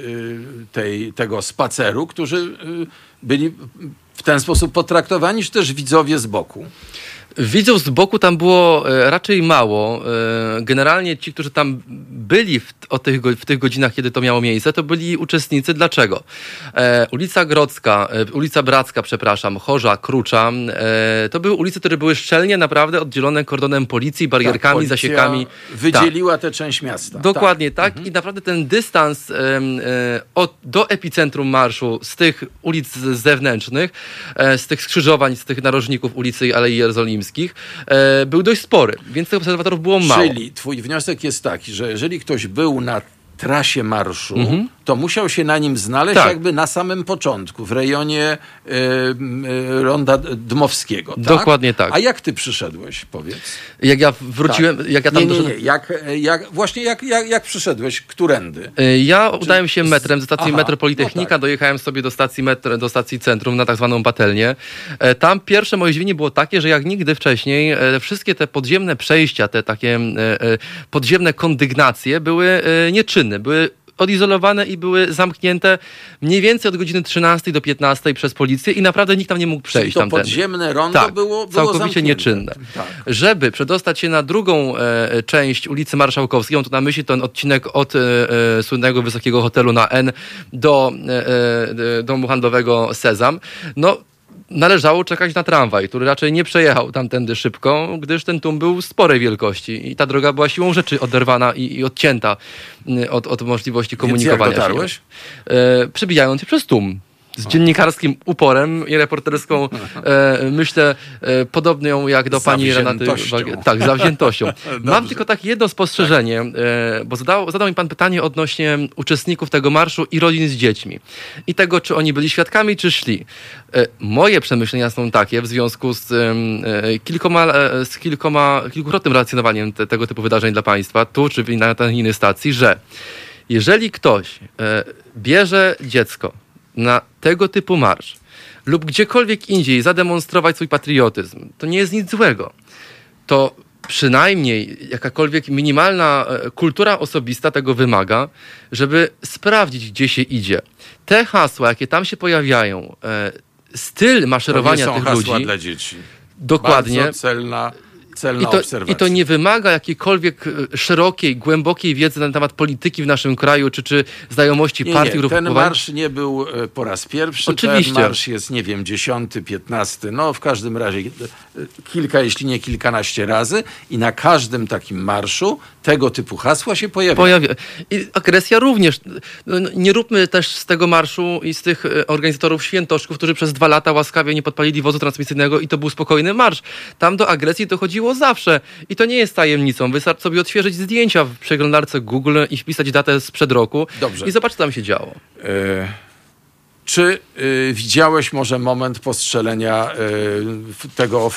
tego spaceru, którzy byli w ten sposób potraktowani, czy też widzowie z boku? Widzów z boku tam było raczej mało. Generalnie ci, którzy tam byli w tych godzinach, kiedy to miało miejsce, to byli uczestnicy. Dlaczego? Ulica Grodzka, ulica Bracka, Chorza, Krucza, to były ulice, które były szczelnie naprawdę oddzielone kordonem policji, barierkami, tak, zasiekami. Wydzieliła tę część miasta. Dokładnie tak. I naprawdę ten dystans do epicentrum marszu z tych ulic zewnętrznych, z tych skrzyżowań, z tych narożników ulicy Alei Jerozolimskiej, był dość spory, więc tych obserwatorów było mało. Czyli twój wniosek jest taki, że jeżeli ktoś był na trasie marszu, to musiał się na nim znaleźć jakby na samym początku, w rejonie Ronda Dmowskiego. Tak? Dokładnie tak. A jak ty przyszedłeś, powiedz? Jak ja wróciłem, jak ja tam doszedłem... Jak przyszedłeś? Którędy? Ja udałem się metrem ze stacji Metro Politechnika, dojechałem sobie do stacji centrum na tak zwaną Batelnię. Tam pierwsze moje zdziwienie było takie, że jak nigdy wcześniej wszystkie te podziemne przejścia, te takie podziemne kondygnacje były nieczynne, były odizolowane i były zamknięte mniej więcej od godziny 13 do 15 przez policję i naprawdę nikt tam nie mógł przejść. Czyli to podziemne rondo było całkowicie zamknięte. nieczynne. Tak. Żeby przedostać się na drugą część ulicy Marszałkowskiej, mam tu na myśli ten odcinek od słynnego Wysokiego Hotelu na N do domu handlowego Sezam, należało czekać na tramwaj, który raczej nie przejechał tamtędy szybko, gdyż ten tłum był sporej wielkości i ta droga była siłą rzeczy oderwana i odcięta od możliwości komunikowania. Więc jak dotarłeś? Przebijając się przez tłum. Z dziennikarskim uporem i reporterską, myślę, podobną jak do pani Renaty. Tak, zawziętością. Mam tylko takie jedno spostrzeżenie, bo zadał mi pan pytanie odnośnie uczestników tego marszu i rodzin z dziećmi. I tego, czy oni byli świadkami, czy szli. Moje przemyślenia są takie w związku z kilkukrotnym relacjonowaniem tego typu wydarzeń dla państwa, tu czy na innej stacji, że jeżeli ktoś bierze dziecko na tego typu marsz lub gdziekolwiek indziej zademonstrować swój patriotyzm, to nie jest nic złego. To przynajmniej jakakolwiek minimalna kultura osobista tego wymaga, żeby sprawdzić, gdzie się idzie. Te hasła, jakie tam się pojawiają, styl maszerowania tych ludzi... To nie są hasła dla dzieci. Dokładnie. Bardzo celna obserwacja. I to nie wymaga jakiejkolwiek szerokiej, głębokiej wiedzy na temat polityki w naszym kraju, czy znajomości partii. Ten marsz nie był po raz pierwszy. Oczywiście. Ten marsz jest, 10, 15, w każdym razie kilka, jeśli nie kilkanaście razy i na każdym takim marszu tego typu hasła się pojawiają. I agresja również. Nie róbmy też z tego marszu i z tych organizatorów świętoszków, którzy przez 2 lata łaskawie nie podpalili wozu transmisyjnego i to był spokojny marsz. Tam do agresji dochodziło było zawsze. I to nie jest tajemnicą. Wystarczy sobie odświeżyć zdjęcia w przeglądarce Google i wpisać datę sprzed roku. Dobrze. I zobacz, co tam się działo. Czy widziałeś może moment postrzelenia tego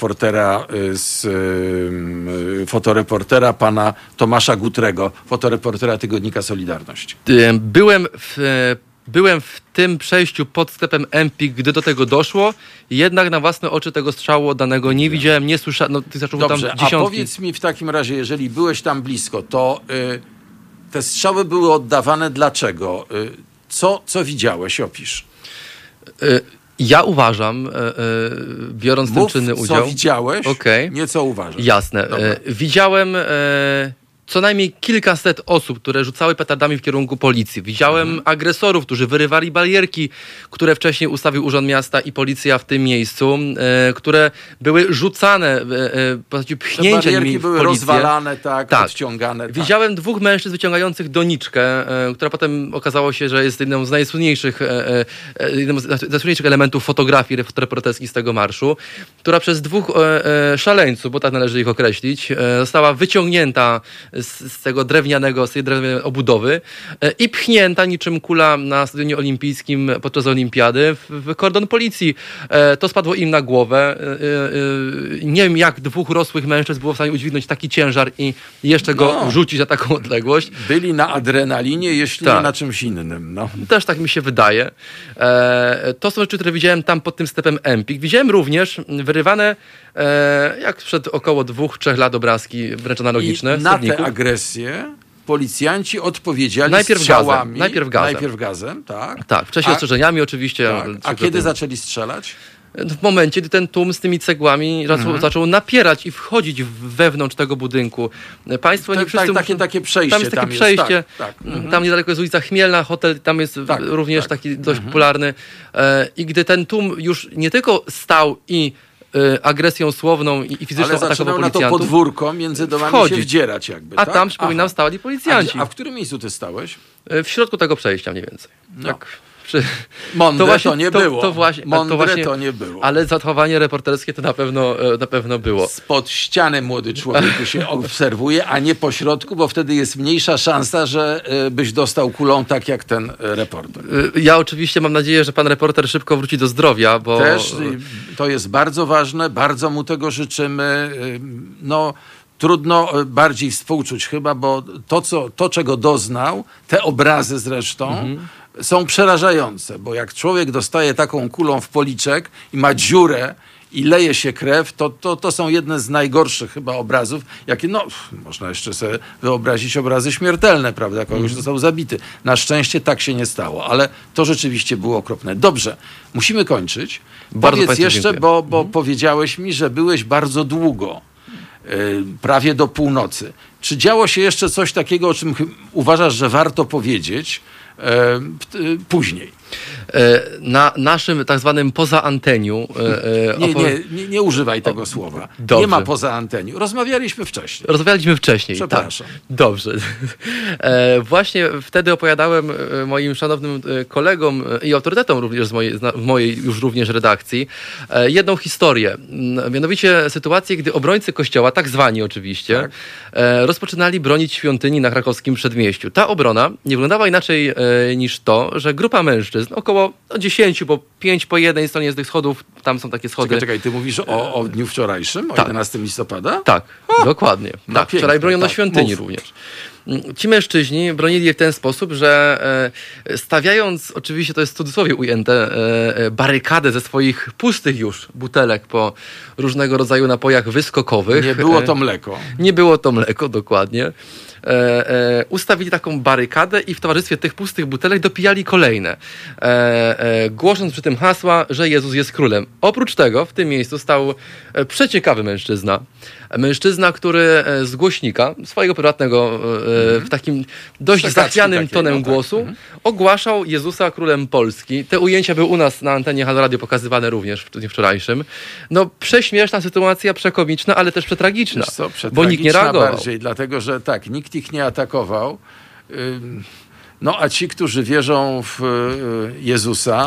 fotoreportera pana Tomasza Gutrego, fotoreportera tygodnika Solidarność? Byłem w tym przejściu pod sklepem Empik, gdy do tego doszło, jednak na własne oczy tego strzału oddanego nie widziałem, nie słyszałem. No, tych strzałów tam dziesiątki. A powiedz mi w takim razie, jeżeli byłeś tam blisko, to te strzały były oddawane dlaczego? Co widziałeś? Opisz. Ja uważam, biorąc w tym czynny udział... co widziałeś, nie co uważasz. Jasne. Widziałem co najmniej kilkaset osób, które rzucały petardami w kierunku policji. Widziałem agresorów, którzy wyrywali barierki, które wcześniej ustawił Urząd Miasta i policja w tym miejscu, które były rzucane, w postaci pchnięcia nimi w barierki były rozwalane, odciągane. Widziałem dwóch mężczyzn wyciągających doniczkę, która potem okazało się, że jest jednym z najsłynniejszych elementów fotografii reporterskich z tego marszu, która przez dwóch szaleńców, bo tak należy ich określić, została wyciągnięta z tej drewnianej obudowy i pchnięta niczym kula na stadionie olimpijskim podczas olimpiady w kordon policji. To spadło im na głowę. Nie wiem, jak dwóch rosłych mężczyzn było w stanie udźwignąć taki ciężar i jeszcze go rzucić na taką odległość. Byli na adrenalinie, jeśli nie na czymś innym. Też tak mi się wydaje. To są rzeczy, które widziałem tam pod tym sklepem Empik. Widziałem również wyrywane jak przed około 2-3 lat obrazki wręcz analogiczne. I na tę agresję policjanci odpowiedzieli strzałami. Najpierw gazem, tak? Tak, wcześniej ostrzeżeniami oczywiście. Tak. A kiedy zaczęli strzelać? W momencie, gdy ten tłum z tymi cegłami zaczął napierać i wchodzić wewnątrz tego budynku. Państwo nie wszyscy... Takie przejście. Tam jest takie przejście. Tam niedaleko jest ulica Chmielna, hotel tam jest również taki dość popularny. I gdy ten tłum już nie tylko stał i agresją słowną i fizyczną atakował policjantów. Na to podwórko między domami się wdzierać jakby, a tam, przypominam, stali policjanci. A w którym miejscu ty stałeś? W środku tego przejścia mniej więcej. Tak. Mądre to nie było. To nie było. Ale zachowanie reporterskie to na pewno było. Spod ściany, młody człowieku, się obserwuje, a nie po środku, bo wtedy jest mniejsza szansa, że byś dostał kulą tak jak ten reporter. Ja oczywiście mam nadzieję, że pan reporter szybko wróci do zdrowia, bo... Też to jest bardzo ważne, bardzo mu tego życzymy. Trudno bardziej współczuć chyba, bo to czego doznał, te obrazy zresztą, są przerażające, bo jak człowiek dostaje taką kulą w policzek i ma dziurę i leje się krew, to są jedne z najgorszych chyba obrazów, jakie, można jeszcze sobie wyobrazić obrazy śmiertelne, prawda, kogoś został zabity. Na szczęście tak się nie stało, ale to rzeczywiście było okropne. Dobrze, musimy kończyć. Powiedz jeszcze, bo powiedziałeś mi, że byłeś bardzo długo, prawie do północy. Czy działo się jeszcze coś takiego, o czym uważasz, że warto powiedzieć później? Na naszym tak zwanym poza anteniu... Nie używaj tego słowa. Dobrze. Nie ma poza anteniu. Rozmawialiśmy wcześniej. Przepraszam. Tak. Dobrze. Właśnie wtedy opowiadałem moim szanownym kolegom i autorytetom również w mojej już również redakcji jedną historię. Mianowicie sytuację, gdy obrońcy kościoła, tak zwani oczywiście, rozpoczynali bronić świątyni na krakowskim przedmieściu. Ta obrona nie wyglądała inaczej niż to, że grupa mężczyzn, około 10, bo 5 po jednej stronie z tych schodów, tam są takie schody. Czekaj, ty mówisz o dniu wczorajszym, o 11 listopada? Tak, dokładnie. Wczoraj broniono świątyni również. Ci mężczyźni bronili je w ten sposób, że stawiając, oczywiście to jest w cudzysłowie ujęte, barykadę ze swoich pustych już butelek po różnego rodzaju napojach wyskokowych. Nie było to mleko. Nie było to mleko, dokładnie. Ustawili taką barykadę i w towarzystwie tych pustych butelek dopijali kolejne, głosząc przy tym hasła, że Jezus jest królem. Oprócz tego w tym miejscu stał przeciekawy mężczyzna, który z głośnika swojego prywatnego w takim dość zachwianym tonem głosu ogłaszał Jezusa królem Polski. Te ujęcia były u nas na antenie Halo Radio pokazywane również w dniu wczorajszym. Prześmieszna sytuacja, przekomiczna, ale też przetragiczna, bo nikt nie reagował. Bardziej, dlatego że nikt ich nie atakował. A ci, którzy wierzą w Jezusa,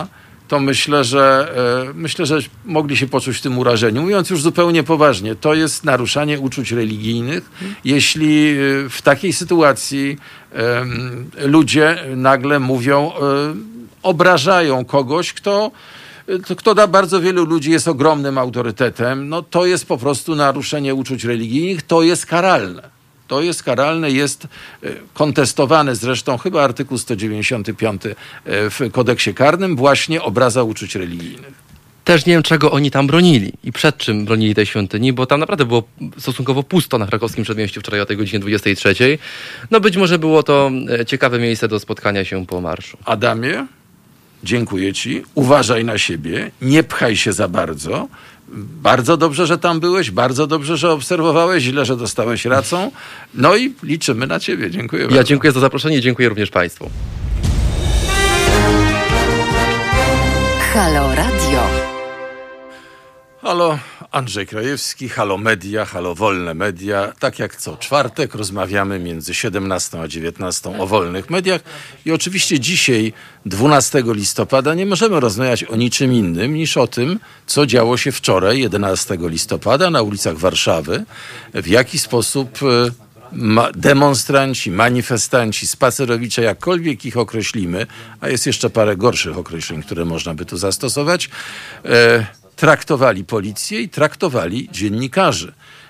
to myślę, że mogli się poczuć w tym urażeniu. Mówiąc już zupełnie poważnie, to jest naruszanie uczuć religijnych, jeśli w takiej sytuacji ludzie nagle mówią, obrażają kogoś, kto dla bardzo wielu ludzi jest ogromnym autorytetem. No to jest po prostu naruszenie uczuć religijnych, to jest karalne. To jest karalne, jest kontestowane zresztą chyba artykuł 195 w kodeksie karnym, właśnie obraza uczuć religijnych. Też nie wiem, czego oni tam bronili i przed czym bronili tej świątyni, bo tam naprawdę było stosunkowo pusto na krakowskim przedmieściu wczoraj o tej godzinie 23. No być może było to ciekawe miejsce do spotkania się po marszu. Adamie, dziękuję ci. Uważaj na siebie, nie pchaj się za bardzo. Bardzo dobrze, że tam byłeś, bardzo dobrze, że obserwowałeś, źle, że dostałeś racą. No i liczymy na ciebie. Dziękuję bardzo. Ja dziękuję za zaproszenie i dziękuję również państwu. Halo Radio. Halo Andrzej Krajewski, Halo Media, Halo Wolne Media. Tak jak co czwartek rozmawiamy między 17 a 19 o wolnych mediach. I oczywiście dzisiaj, 12 listopada, nie możemy rozmawiać o niczym innym niż o tym, co działo się wczoraj, 11 listopada na ulicach Warszawy. W jaki sposób demonstranci, manifestanci, spacerowicze, jakkolwiek ich określimy, a jest jeszcze parę gorszych określeń, które można by tu zastosować, traktowali policję i traktowali dziennikarzy.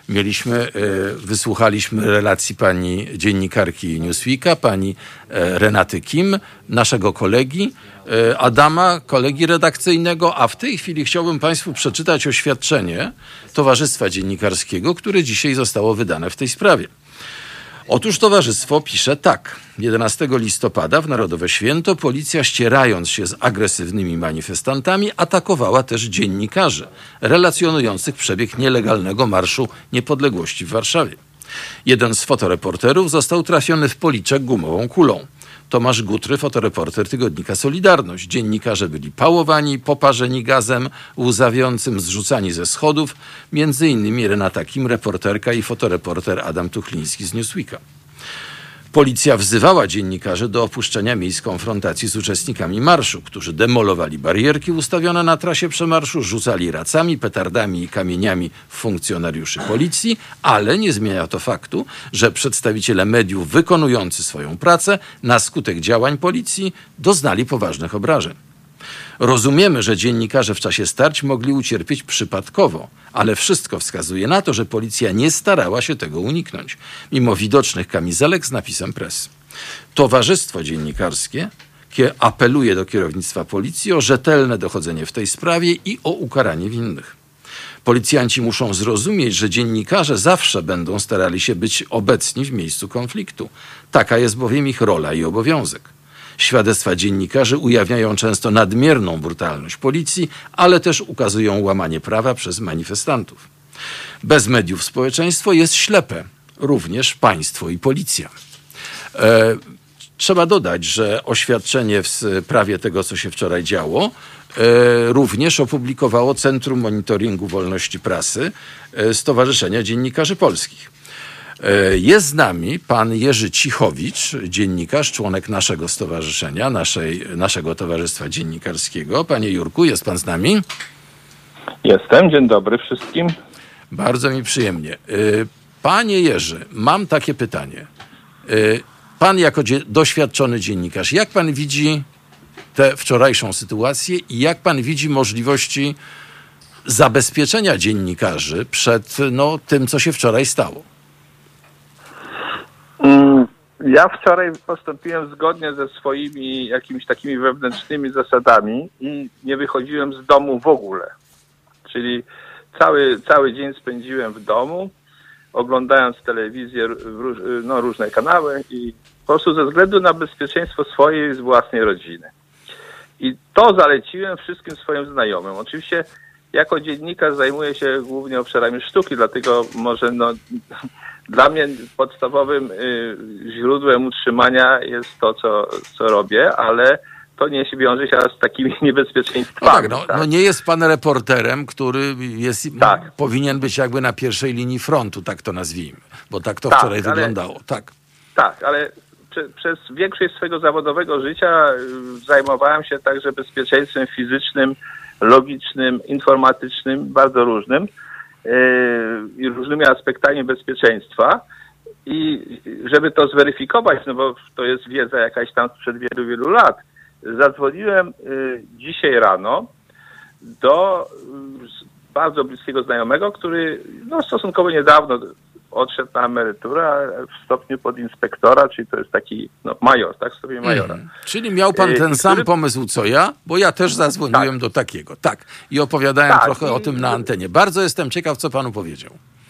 Wysłuchaliśmy relacji pani dziennikarki Newsweeka, pani Renaty Kim, naszego kolegi Adama, kolegi redakcyjnego, a w tej chwili chciałbym państwu przeczytać oświadczenie Towarzystwa Dziennikarskiego, które dzisiaj zostało wydane w tej sprawie. Otóż towarzystwo pisze tak. 11 listopada w Narodowe Święto policja, ścierając się z agresywnymi manifestantami, atakowała też dziennikarzy relacjonujących przebieg nielegalnego Marszu Niepodległości w Warszawie. Jeden z fotoreporterów został trafiony w policzek gumową kulą. Tomasz Gutry, fotoreporter tygodnika Solidarność. Dziennikarze byli pałowani, poparzeni gazem łzawiącym, zrzucani ze schodów. Między innymi Renata Kim, reporterka, i fotoreporter Adam Tuchliński z Newsweeka. Policja wzywała dziennikarzy do opuszczenia miejsc konfrontacji z uczestnikami marszu, którzy demolowali barierki ustawione na trasie przemarszu, rzucali racami, petardami i kamieniami w funkcjonariuszy policji, ale nie zmienia to faktu, że przedstawiciele mediów wykonujący swoją pracę na skutek działań policji doznali poważnych obrażeń. Rozumiemy, że dziennikarze w czasie starć mogli ucierpieć przypadkowo, ale wszystko wskazuje na to, że policja nie starała się tego uniknąć, mimo widocznych kamizelek z napisem press. Towarzystwo Dziennikarskie apeluje do kierownictwa policji o rzetelne dochodzenie w tej sprawie i o ukaranie winnych. Policjanci muszą zrozumieć, że dziennikarze zawsze będą starali się być obecni w miejscu konfliktu. Taka jest bowiem ich rola i obowiązek. Świadectwa dziennikarzy ujawniają często nadmierną brutalność policji, ale też ukazują łamanie prawa przez manifestantów. Bez mediów społeczeństwo jest ślepe, również państwo i policja. Trzeba dodać, że oświadczenie w sprawie tego, co się wczoraj działo, również opublikowało Centrum Monitoringu Wolności Prasy Stowarzyszenia Dziennikarzy Polskich. Jest z nami pan Jerzy Cichowicz, dziennikarz, członek naszego stowarzyszenia, naszego Towarzystwa Dziennikarskiego. Panie Jurku, jest pan z nami? Jestem, dzień dobry wszystkim. Bardzo mi przyjemnie. Panie Jerzy, mam takie pytanie. Pan jako doświadczony dziennikarz, jak pan widzi tę wczorajszą sytuację i jak pan widzi możliwości zabezpieczenia dziennikarzy przed tym, co się wczoraj stało? Ja wczoraj postąpiłem zgodnie ze swoimi jakimiś takimi wewnętrznymi zasadami i nie wychodziłem z domu w ogóle. Czyli cały dzień spędziłem w domu, oglądając telewizję, różne kanały i po prostu ze względu na bezpieczeństwo swojej i własnej rodziny. I to zaleciłem wszystkim swoim znajomym. Oczywiście jako dziennikarz zajmuję się głównie obszarami sztuki, dlatego może dla mnie podstawowym źródłem utrzymania jest to, co robię, ale to nie się wiąże się z takimi niebezpieczeństwami. No tak, nie jest pan reporterem, który powinien być jakby na pierwszej linii frontu, tak to nazwijmy, bo tak to wczoraj wyglądało. Tak, ale przez większość swojego zawodowego życia zajmowałem się także bezpieczeństwem fizycznym, logicznym, informatycznym, bardzo różnym i różnymi aspektami bezpieczeństwa. I żeby to zweryfikować, no bo to jest wiedza jakaś tam sprzed wielu, wielu lat, zadzwoniłem dzisiaj rano do bardzo bliskiego znajomego, który stosunkowo niedawno odszedł na emeryturę w stopniu podinspektora, czyli to jest taki major, tak, w stopniu majora. Czyli miał pan ten sam pomysł co ja, bo ja też zadzwoniłem do takiego. Tak. I opowiadałem trochę o tym na antenie. Bardzo jestem ciekaw, co panu powiedział.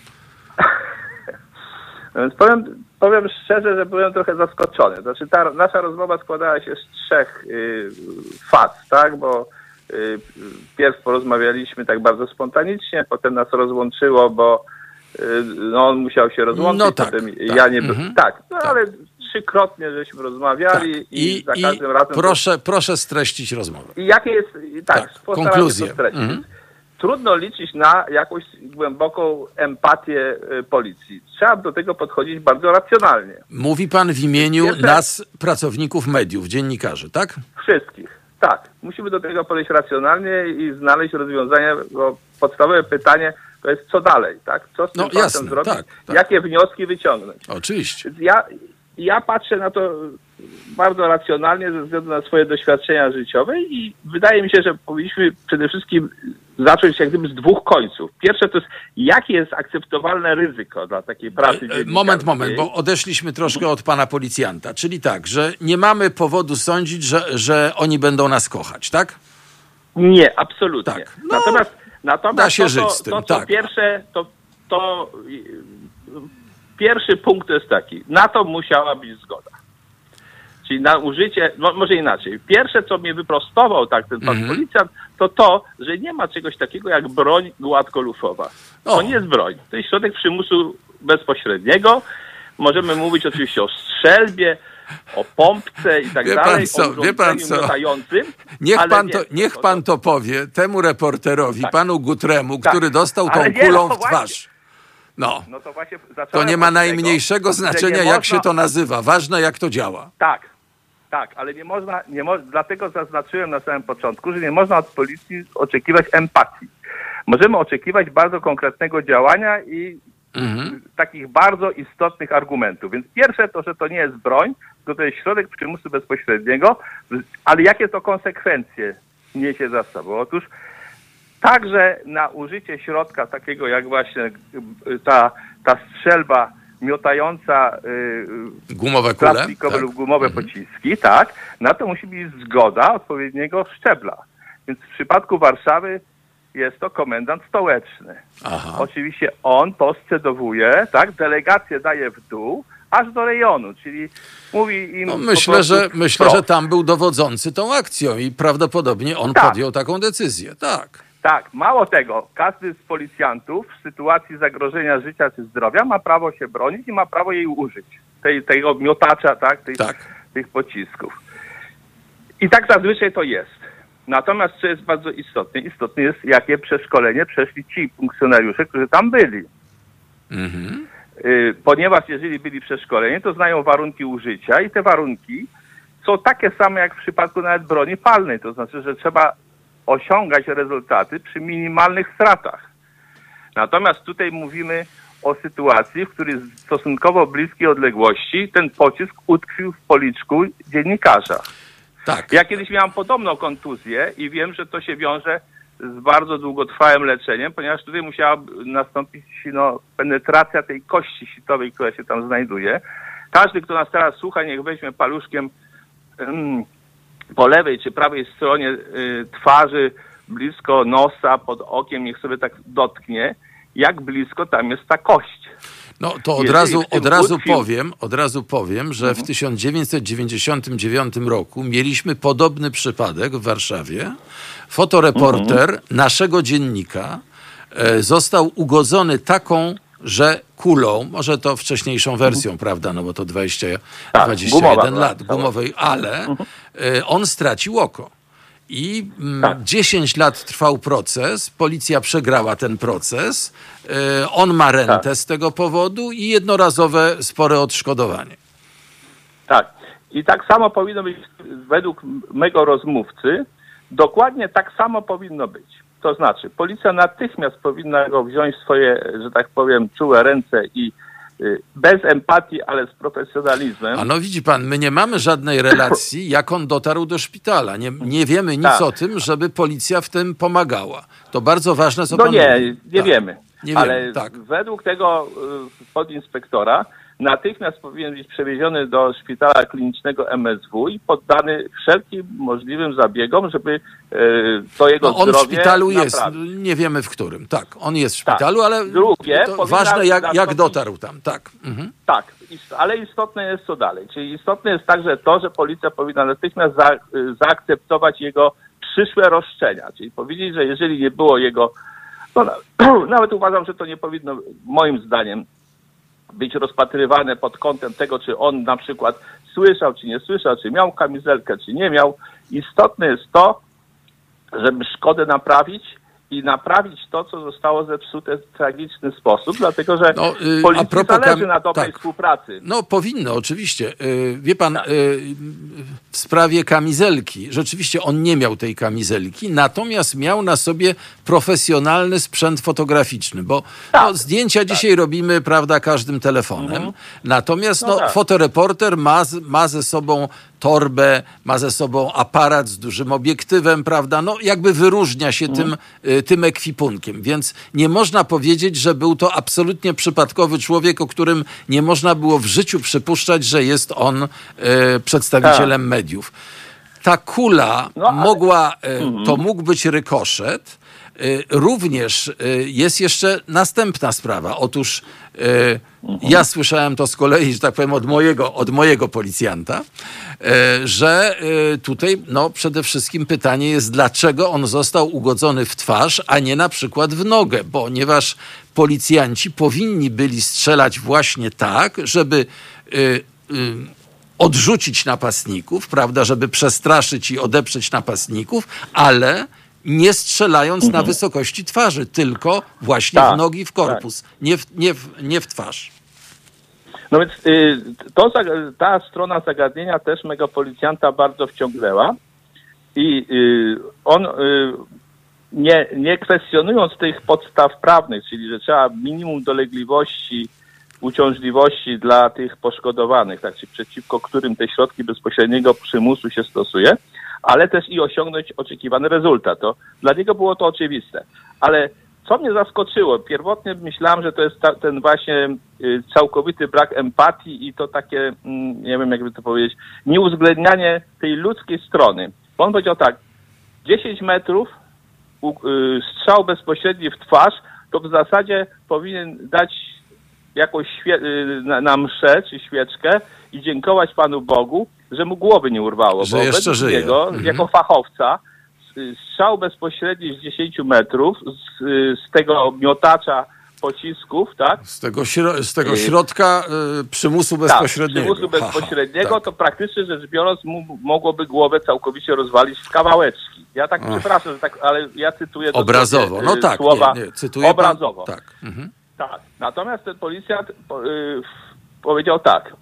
Więc powiem szczerze, że byłem trochę zaskoczony. Znaczy ta nasza rozmowa składała się z 3 faz, tak, bo pierw porozmawialiśmy tak bardzo spontanicznie, potem nas rozłączyło, bo on musiał się rozłączyć, potem ja nie byłem. Ale 3-krotnie żeśmy rozmawiali i za każdym razem... Proszę streścić rozmowę. I jakie jest... konkluzję. Trudno liczyć na jakąś głęboką empatię policji. Trzeba do tego podchodzić bardzo racjonalnie. Mówi pan w imieniu nas, pracowników mediów, dziennikarzy, tak? Wszystkich, tak. Musimy do tego podejść racjonalnie i znaleźć rozwiązanie, bo podstawowe pytanie to jest co dalej, tak? Co z tym faktem zrobić? Tak. Jakie wnioski wyciągnąć? Oczywiście. Ja patrzę na to bardzo racjonalnie ze względu na swoje doświadczenia życiowe i wydaje mi się, że powinniśmy przede wszystkim zacząć jak gdyby z 2 końców. Pierwsze to jest, jakie jest akceptowalne ryzyko dla takiej pracy dziennikarskiej. Moment, bo odeszliśmy troszkę od pana policjanta. Czyli tak, że nie mamy powodu sądzić, że oni będą nas kochać, tak? Nie, absolutnie. Tak. Natomiast da się żyć z tym, pierwsze, to pierwszy punkt to jest taki, na to musiała być zgoda. Czyli na użycie, może inaczej. Pierwsze, co mnie wyprostował ten pan policjant, to, że nie ma czegoś takiego jak broń gładkolufowa. To nie jest broń. To jest środek przymusu bezpośredniego. Możemy mówić oczywiście o strzelbie, o pompce i tak dalej, o urządzeniu miotającym. Niech pan to powie temu reporterowi, panu Gutremu, który dostał tą kulą w twarz. To właśnie to nie ma najmniejszego znaczenia, jak się to nazywa. Ważne, jak to działa. Tak, ale nie można, dlatego zaznaczyłem na samym początku, że nie można od policji oczekiwać empatii. Możemy oczekiwać bardzo konkretnego działania i takich bardzo istotnych argumentów. Więc pierwsze to, że to nie jest broń, tylko to jest środek przymusu bezpośredniego, ale jakie to konsekwencje niesie za sobą? Otóż także na użycie środka takiego jak właśnie ta strzelba miotająca gumowe kule, plastikowe lub gumowe pociski, tak, na to musi być zgoda odpowiedniego szczebla. Więc w przypadku Warszawy jest to komendant stołeczny. Oczywiście on to scedowuje, tak, delegację daje w dół, aż do rejonu, czyli mówi im... Myślę, że tam był dowodzący tą akcją i prawdopodobnie on podjął taką decyzję, Tak, mało tego, każdy z policjantów w sytuacji zagrożenia życia czy zdrowia ma prawo się bronić i ma prawo jej użyć. Tego miotacza, tych pocisków. I tak zazwyczaj to jest. Natomiast co jest bardzo istotne? Istotne jest, jakie przeszkolenie przeszli ci funkcjonariusze, którzy tam byli. Ponieważ jeżeli byli przeszkoleni, to znają warunki użycia i te warunki są takie same jak w przypadku nawet broni palnej. To znaczy, że trzeba osiągać rezultaty przy minimalnych stratach. Natomiast tutaj mówimy o sytuacji, w której z stosunkowo bliskiej odległości ten pocisk utkwił w policzku dziennikarza. Ja kiedyś miałam podobną kontuzję i wiem, że to się wiąże z bardzo długotrwałym leczeniem, ponieważ tutaj musiała nastąpić penetracja tej kości sitowej, która się tam znajduje. Każdy, kto nas teraz słucha, niech weźmie paluszkiem po lewej czy prawej stronie twarzy, blisko nosa, pod okiem, niech sobie tak dotknie, jak blisko tam jest ta kość. To od razu powiem, że w 1999 roku mieliśmy podobny przypadek w Warszawie. Fotoreporter naszego dziennika został ugodzony taką, że kulą, może to wcześniejszą wersją, prawda, bo to 21 lat gumowej, ale on stracił oko. I 10 lat trwał proces, policja przegrała ten proces, on ma rentę z tego powodu i jednorazowe spore odszkodowanie. Tak. I tak samo powinno być według mego rozmówcy, dokładnie tak samo powinno być. To znaczy, policja natychmiast powinna go wziąć w swoje, że tak powiem, czułe ręce i bez empatii, ale z profesjonalizmem. A no widzi pan, my nie mamy żadnej relacji, jak on dotarł do szpitala. Nie wiemy nic o tym, żeby policja w tym pomagała. To bardzo ważne, co pan mówi. Nie wiemy. Nie ale wiemy, tak. Według tego podinspektora natychmiast powinien być przewieziony do szpitala klinicznego MSW i poddany wszelkim możliwym zabiegom, żeby to jego zdrowie on w szpitalu naprawić. jest, nie wiemy w którym. Tak, on jest w szpitalu, ale drugie, to ważne jak dotarł tam. Tak, tak, ale istotne jest co dalej. Czyli istotne jest także to, że policja powinna natychmiast zaakceptować jego przyszłe roszczenia. Czyli powiedzieć, że jeżeli nie było jego... nawet uważam, że to nie powinno, moim zdaniem, być rozpatrywane pod kątem tego, czy on na przykład słyszał, czy nie słyszał, czy miał kamizelkę, czy nie miał. Istotne jest to, żeby szkodę naprawić i naprawić to, co zostało zepsute w tragiczny sposób, dlatego że policji zależy na dobrej współpracy. No powinno, oczywiście. Wie pan, w sprawie kamizelki, rzeczywiście on nie miał tej kamizelki, natomiast miał na sobie profesjonalny sprzęt fotograficzny, bo zdjęcia dzisiaj robimy, prawda, każdym telefonem. Natomiast fotoreporter ma ze sobą torbę, ma ze sobą aparat z dużym obiektywem, prawda, no jakby wyróżnia się tym ekwipunkiem, więc nie można powiedzieć, że był to absolutnie przypadkowy człowiek, o którym nie można było w życiu przypuszczać, że jest on przedstawicielem mediów. Ta kula to mógł być rykoszet. Również jest jeszcze następna sprawa. Otóż ja słyszałem to z kolei, że tak powiem, od mojego policjanta, że tutaj przede wszystkim pytanie jest, dlaczego on został ugodzony w twarz, a nie na przykład w nogę, ponieważ policjanci powinni byli strzelać właśnie tak, żeby odrzucić napastników, prawda, żeby przestraszyć i odeprzeć napastników, ale nie strzelając na wysokości twarzy, tylko właśnie w nogi, w korpus, nie w twarz. No więc ta strona zagadnienia też mego policjanta bardzo wciągnęła i on nie kwestionując tych podstaw prawnych, czyli że trzeba minimum dolegliwości, uciążliwości dla tych poszkodowanych, tak, czyli przeciwko którym te środki bezpośredniego przymusu się stosuje, ale też i osiągnąć oczekiwany rezultat. Dla niego było to oczywiste. Ale co mnie zaskoczyło, pierwotnie myślałem, że to jest ten właśnie całkowity brak empatii i to takie, nie wiem jakby to powiedzieć, nieuwzględnianie tej ludzkiej strony. Bo on powiedział tak, 10 metrów, strzał bezpośredni w twarz, to w zasadzie powinien dać jakąś na mszę czy świeczkę i dziękować Panu Bogu, że mu głowy nie urwało. Że bo jeszcze żyje. Niego, jako fachowca, strzał bezpośredni z 10 metrów z tego miotacza pocisków, tak? Z tego środka przymusu bezpośredniego. Tak, przymusu bezpośredniego, to praktycznie rzecz biorąc mogłoby głowę całkowicie rozwalić w kawałeczki. Ja tak przepraszam, ale ja cytuję obrazowo. Słowa cytuję obrazowo. Tak. Tak. Natomiast ten policjant powiedział tak.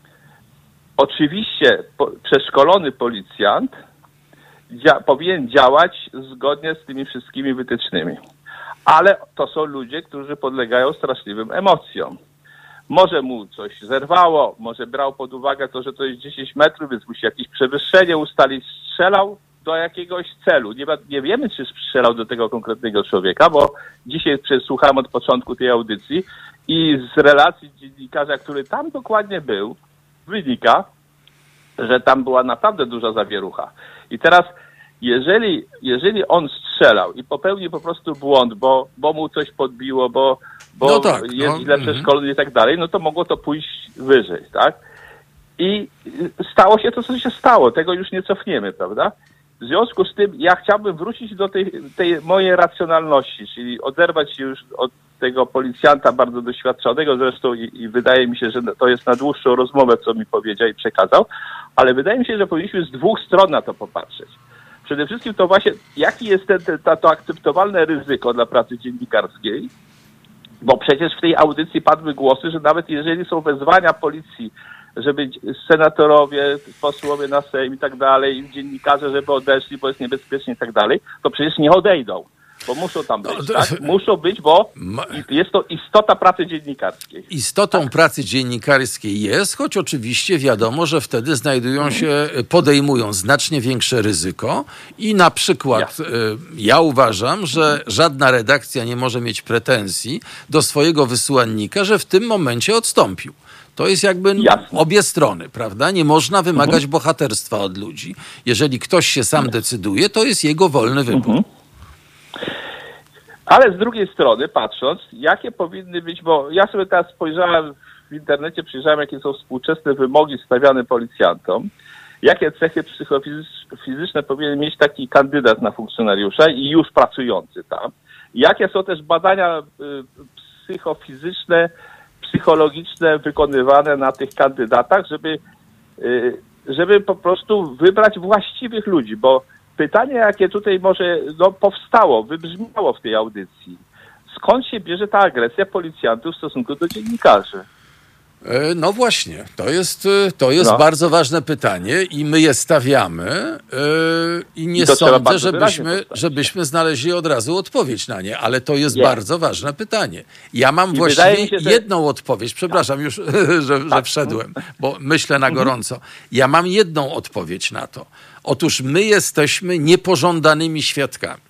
Oczywiście przeszkolony policjant powinien działać zgodnie z tymi wszystkimi wytycznymi. Ale to są ludzie, którzy podlegają straszliwym emocjom. Może mu coś zerwało, może brał pod uwagę to, że to jest 10 metrów, więc musi jakieś przewyższenie ustalić. Strzelał do jakiegoś celu. Nie wiemy, czy strzelał do tego konkretnego człowieka, bo dzisiaj przesłuchałem od początku tej audycji i z relacji dziennikarza, który tam dokładnie był, wynika, że tam była naprawdę duża zawierucha. I teraz, jeżeli on strzelał i popełnił po prostu błąd, bo mu coś podbiło, bo jest źle przeszkolony i tak dalej, no to mogło to pójść wyżej, tak? I stało się to, co się stało. Tego już nie cofniemy, prawda? W związku z tym ja chciałbym wrócić do tej mojej racjonalności, czyli oderwać się już od tego policjanta bardzo doświadczonego zresztą i wydaje mi się, że to jest na dłuższą rozmowę, co mi powiedział i przekazał, ale wydaje mi się, że powinniśmy z dwóch stron na to popatrzeć. Przede wszystkim to właśnie, jaki jest to akceptowalne ryzyko dla pracy dziennikarskiej, bo przecież w tej audycji padły głosy, że nawet jeżeli są wezwania policji żeby senatorowie, posłowie na Sejm i tak dalej, dziennikarze, żeby odeszli, bo jest niebezpiecznie i tak dalej, to przecież nie odejdą. Bo muszą tam być, tak? Muszą być, bo jest to istota pracy dziennikarskiej. Istotą pracy dziennikarskiej jest, choć oczywiście wiadomo, że wtedy podejmują znacznie większe ryzyko i na przykład ja uważam, że żadna redakcja nie może mieć pretensji do swojego wysłannika, że w tym momencie odstąpił. To jest jakby obie strony, prawda? Nie można wymagać bohaterstwa od ludzi. Jeżeli ktoś się sam decyduje, to jest jego wolny wybór. Ale z drugiej strony, patrząc, jakie powinny być, bo ja sobie teraz spojrzałem w internecie, przyjrzałem, jakie są współczesne wymogi stawiane policjantom, jakie cechy psychofizyczne powinien mieć taki kandydat na funkcjonariusza i już pracujący tam. Jakie są też badania psychofizyczne, psychologiczne wykonywane na tych kandydatach, żeby po prostu wybrać właściwych ludzi, bo pytanie, jakie tutaj może powstało, wybrzmiało w tej audycji. Skąd się bierze ta agresja policjantów w stosunku do dziennikarzy? No właśnie, to jest bardzo ważne pytanie i my je stawiamy i nie sądzę, żebyśmy znaleźli od razu odpowiedź na nie, ale to jest bardzo ważne pytanie. Ja mam właściwie jedną odpowiedź, przepraszam już, że wszedłem, bo myślę na gorąco. Ja mam jedną odpowiedź na to. Otóż my jesteśmy niepożądanymi świadkami.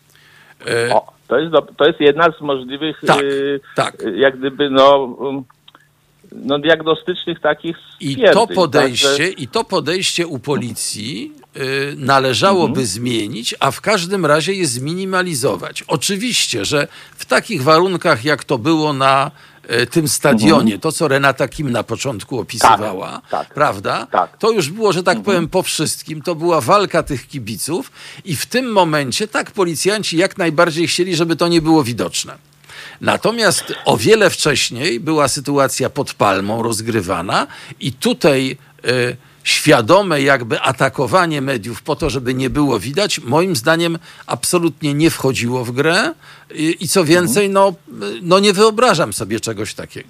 To jest jedna z możliwych jak gdyby diagnostycznych takich stwierdzeń. I to podejście u policji należałoby zmienić, a w każdym razie je zminimalizować. Oczywiście, że w takich warunkach, jak to było na tym stadionie, to co Renata Kim na początku opisywała, prawda? To już było, że tak powiem, po wszystkim. To była walka tych kibiców i w tym momencie policjanci jak najbardziej chcieli, żeby to nie było widoczne. Natomiast o wiele wcześniej była sytuacja pod Palmą rozgrywana i tutaj świadome jakby atakowanie mediów po to, żeby nie było widać, moim zdaniem absolutnie nie wchodziło w grę i co więcej, nie wyobrażam sobie czegoś takiego.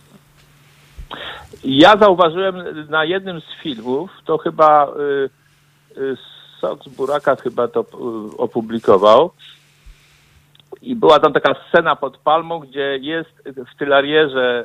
Ja zauważyłem na jednym z filmów, to chyba Sok z Buraka chyba to opublikował, i była tam taka scena pod Palmą, gdzie jest w tylarierze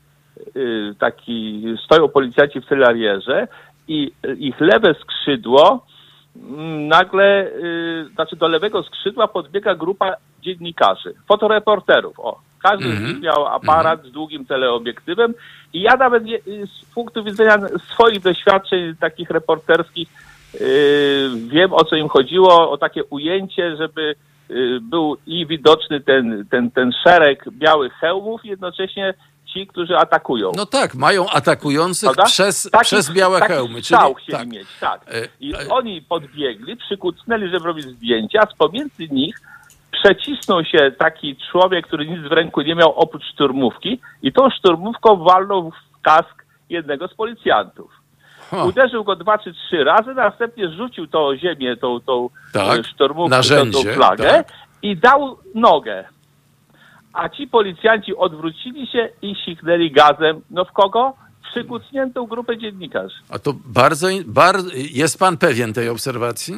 stoją policjanci w tylarierze i ich lewe skrzydło nagle, do lewego skrzydła podbiega grupa dziennikarzy, fotoreporterów. Każdy z nich miał aparat z długim teleobiektywem i ja nawet z punktu widzenia swoich doświadczeń takich reporterskich wiem, o co im chodziło, o takie ujęcie, żeby był i widoczny ten szereg białych hełmów i jednocześnie ci, którzy atakują. No tak, mają atakujących przez białe hełmy. Czyli chcieli mieć, I oni podbiegli, przykucnęli, żeby robić zdjęcia, a z pomiędzy nich przecisnął się taki człowiek, który nic w ręku nie miał oprócz szturmówki i tą szturmówką walnął w kask jednego z policjantów. Uderzył go 2 czy 3 razy, następnie rzucił to o ziemię, tą szturmówkę, tą flagę i dał nogę. A ci policjanci odwrócili się i siknęli gazem. W kogo? Przykucniętą grupę dziennikarzy. A to bardzo jest pan pewien tej obserwacji?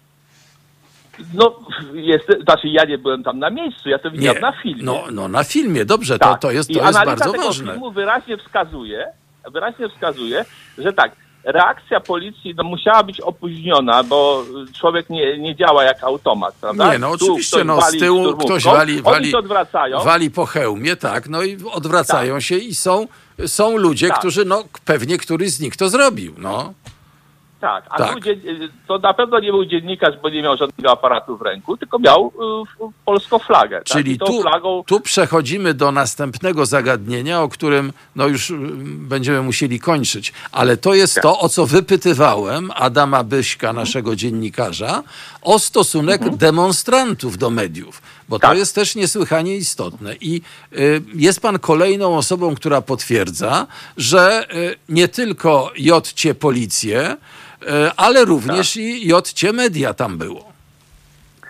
Ja nie byłem tam na miejscu, ja to widziałem na filmie. Na filmie, dobrze, to jest bardzo ważne. Tego filmu wyraźnie wskazuje, że reakcja policji musiała być opóźniona, bo człowiek nie działa jak automat, prawda? Oczywiście, z tyłu ktoś wali po hełmie, i odwracają się i są ludzie, którzy, pewnie któryś z nich to zrobił, to na pewno nie był dziennikarz, bo nie miał żadnego aparatu w ręku, tylko miał polską flagę. Czyli tu przechodzimy do następnego zagadnienia, o którym już będziemy musieli kończyć. Ale to jest to, o co wypytywałem Adama Byśka, naszego dziennikarza, o stosunek demonstrantów do mediów. Bo to jest też niesłychanie istotne. I jest pan kolejną osobą, która potwierdza, że nie tylko JC Policję, ale również i JC Media tam było.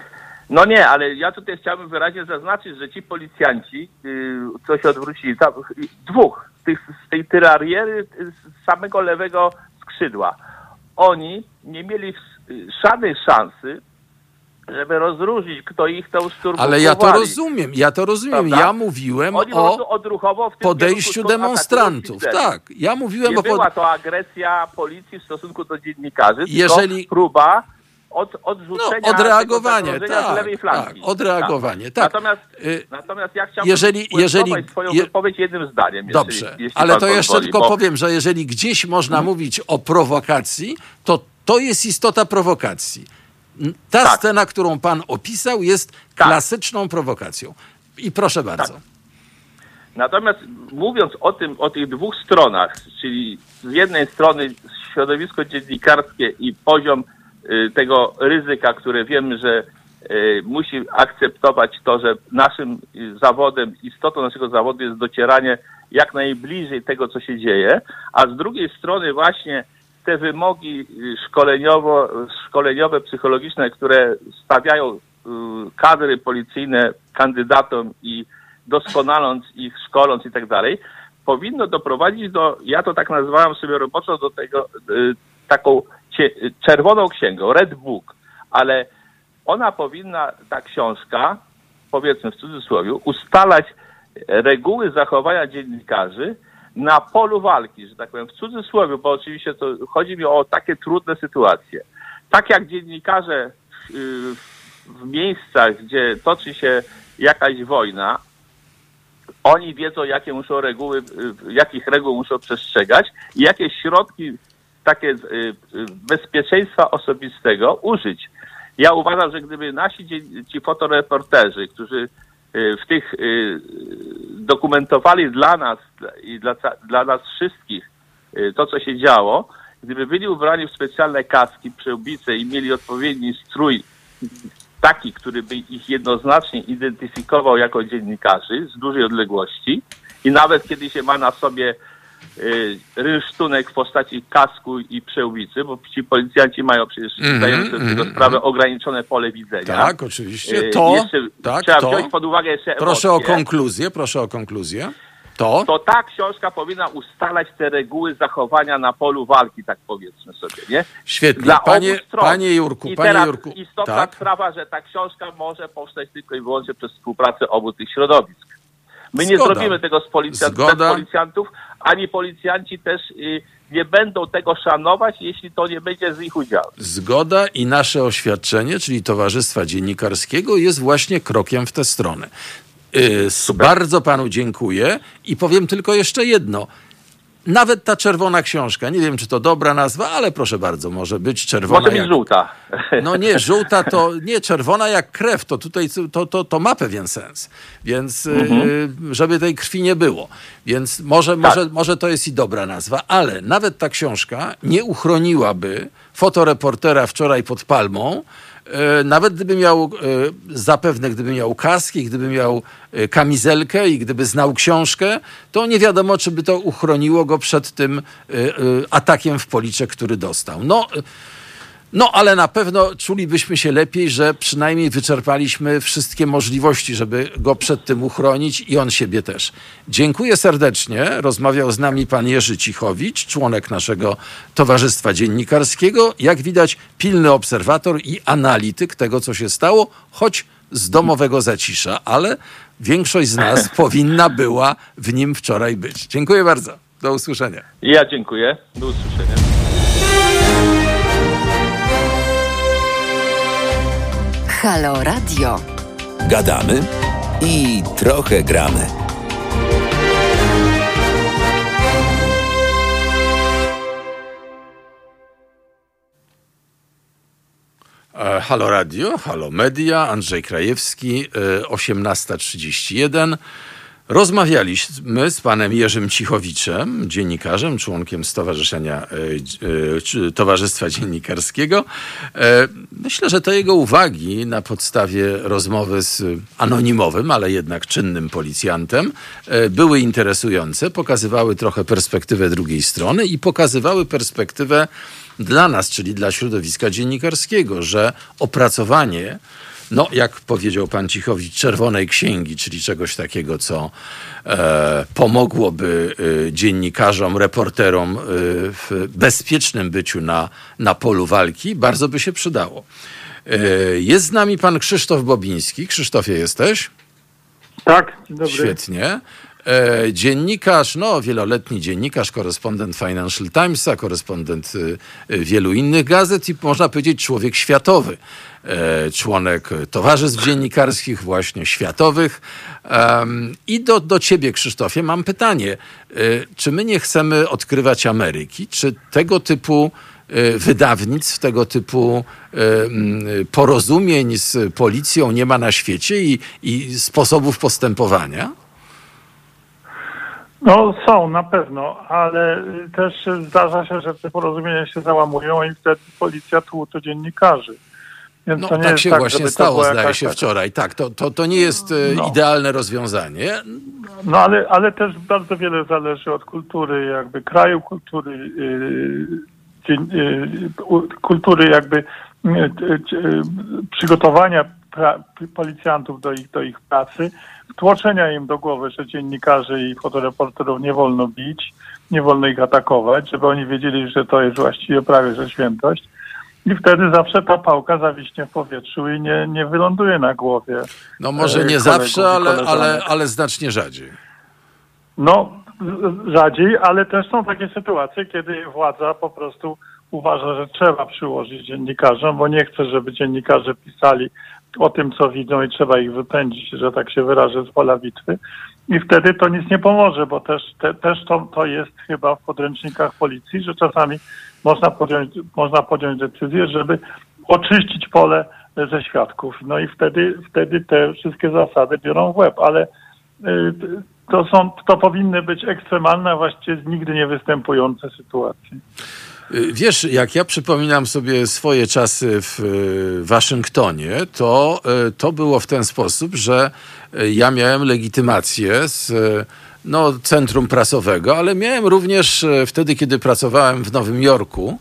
No nie, ale ja tutaj chciałbym wyraźnie zaznaczyć, że ci policjanci, co się odwrócili, tam, dwóch z tej tyrariery z samego lewego skrzydła, oni nie mieli żadnej szansy, żeby rozróżnić, kto ich tą szturmowali. Ale ja to rozumiem. Prawda? Ja mówiłem Oni o odruchowo w tym podejściu kierunku demonstrantów. atakują Tak, ja mówiłem nie była to agresja policji w stosunku do dziennikarzy, tylko próba odrzucenia odreagowanie, tego z lewej flanki. Odreagowanie, tak. Natomiast ja chciałbym skończyć swoją wypowiedź jednym zdaniem. Dobrze, jeśli ale pan to jeszcze pozwoli, tylko powiem, że jeżeli gdzieś można mówić o prowokacji, to jest istota prowokacji. Ta scena, którą pan opisał, jest klasyczną prowokacją. I proszę bardzo. Tak. Natomiast mówiąc o tych dwóch stronach, czyli z jednej strony środowisko dziennikarskie i poziom tego ryzyka, które wiemy, że musi akceptować to, że naszym zawodem, istotą naszego zawodu jest docieranie jak najbliżej tego, co się dzieje, a z drugiej strony właśnie te wymogi szkoleniowe, psychologiczne, które stawiają kadry policyjne kandydatom i doskonaląc ich, szkoląc i tak dalej, powinno doprowadzić do, ja to tak nazywałem sobie roboczo, do tego taką czerwoną księgą, red book, ale ona powinna, ta książka, powiedzmy w cudzysłowie, ustalać reguły zachowania dziennikarzy na polu walki, że tak powiem, w cudzysłowie, bo oczywiście to chodzi mi o takie trudne sytuacje. Tak jak dziennikarze w miejscach, gdzie toczy się jakaś wojna, oni wiedzą, jakie muszą reguły, jakich reguł muszą przestrzegać i jakie środki takie bezpieczeństwa osobistego użyć. Ja uważam, że gdyby ci fotoreporterzy, którzy w tych dokumentowali dla nas i dla nas wszystkich to, co się działo, gdyby byli ubrani w specjalne kaski, przyłbice i mieli odpowiedni strój, taki, który by ich jednoznacznie identyfikował jako dziennikarzy z dużej odległości i nawet kiedy się ma na sobie rynsztunek w postaci kasku i przełbicy, bo ci policjanci mają przecież, zdajemy sobie z tego sprawę, ograniczone pole widzenia. Tak, oczywiście. Trzeba wziąć pod uwagę jeszcze emocje. Proszę o konkluzję. To ta książka powinna ustalać te reguły zachowania na polu walki, tak powiedzmy sobie, nie? Świetnie. Dla obu stron. Panie Jurku, istotna sprawa, że ta książka może powstać tylko i wyłącznie przez współpracę obu tych środowisk. My nie zrobimy tego bez policjantów, ani policjanci też nie będą tego szanować, jeśli to nie będzie z ich udziału. Zgoda i nasze oświadczenie, czyli Towarzystwa Dziennikarskiego, jest właśnie krokiem w tę stronę. Bardzo panu dziękuję i powiem tylko jeszcze jedno. Nawet ta czerwona książka, nie wiem, czy to dobra nazwa, ale proszę bardzo, może być czerwona. Może być żółta. No nie, żółta to nie, czerwona jak krew, to tutaj to ma pewien sens. Więc żeby tej krwi nie było. Więc może to jest i dobra nazwa, ale nawet ta książka nie uchroniłaby fotoreportera wczoraj pod Palmą, nawet gdyby miał, zapewne gdyby miał kaski, gdyby miał kamizelkę i gdyby znał książkę, to nie wiadomo, czy by to uchroniło go przed tym atakiem w policzek, który dostał. No, ale na pewno czulibyśmy się lepiej, że przynajmniej wyczerpaliśmy wszystkie możliwości, żeby go przed tym uchronić i on siebie też. Dziękuję serdecznie. Rozmawiał z nami pan Jerzy Cichowicz, członek naszego Towarzystwa Dziennikarskiego. Jak widać, pilny obserwator i analityk tego, co się stało, choć z domowego zacisza, ale większość z nas powinna była w nim wczoraj być. Dziękuję bardzo. Do usłyszenia. Ja dziękuję. Do usłyszenia. Halo Radio. Gadamy i trochę gramy. Halo Radio, Halo Media, Andrzej Krajewski, 18:31. Rozmawialiśmy z panem Jerzym Cichowiczem, dziennikarzem, członkiem Stowarzyszenia Towarzystwa Dziennikarskiego. Myślę, że te jego uwagi na podstawie rozmowy z anonimowym, ale jednak czynnym policjantem były interesujące, pokazywały trochę perspektywę drugiej strony i pokazywały perspektywę dla nas, czyli dla środowiska dziennikarskiego, że opracowanie no jak powiedział pan Cichowicz, czerwonej księgi, czyli czegoś takiego, co pomogłoby dziennikarzom, reporterom w bezpiecznym byciu na polu walki, bardzo by się przydało. Jest z nami pan Krzysztof Bobiński. Krzysztofie, jesteś? Tak, dzień dobry. Świetnie. Dziennikarz, no wieloletni dziennikarz, korespondent Financial Timesa, korespondent wielu innych gazet i można powiedzieć człowiek światowy. Członek towarzystw dziennikarskich właśnie światowych. I do ciebie, Krzysztofie, mam pytanie. Czy my nie chcemy odkrywać Ameryki? Czy tego typu wydawnictw, tego typu porozumień z policją nie ma na świecie i sposobów postępowania? No są na pewno, ale też zdarza się, że te porozumienia się załamują i wtedy policja tłucze dziennikarzy. Więc no to nie tak jest się tak, właśnie stało, zdaje się, wczoraj. Tak, to nie jest idealne rozwiązanie. No ale też bardzo wiele zależy od kultury jakby kraju, kultury jakby przygotowania policjantów do ich pracy, wtłoczenia im do głowy, że dziennikarzy i fotoreporterów nie wolno bić, nie wolno ich atakować, żeby oni wiedzieli, że to jest właściwie prawie że świętość. I wtedy zawsze ta pałka zawiśnie w powietrzu i nie wyląduje na głowie. No może nie zawsze, ale znacznie rzadziej. No rzadziej, ale też są takie sytuacje, kiedy władza po prostu uważa, że trzeba przyłożyć dziennikarzom, bo nie chce, żeby dziennikarze pisali o tym, co widzą i trzeba ich wypędzić, że tak się wyrażę, z pola bitwy. I wtedy to nic nie pomoże, bo też to jest chyba w podręcznikach policji, że czasami można podjąć decyzję, żeby oczyścić pole ze świadków. No i wtedy te wszystkie zasady biorą w łeb, ale to powinny być ekstremalne, a właściwie nigdy nie występujące sytuacje. Wiesz, jak ja przypominam sobie swoje czasy w Waszyngtonie, to było w ten sposób, że ja miałem legitymację z centrum prasowego, ale miałem również wtedy, kiedy pracowałem w Nowym Jorku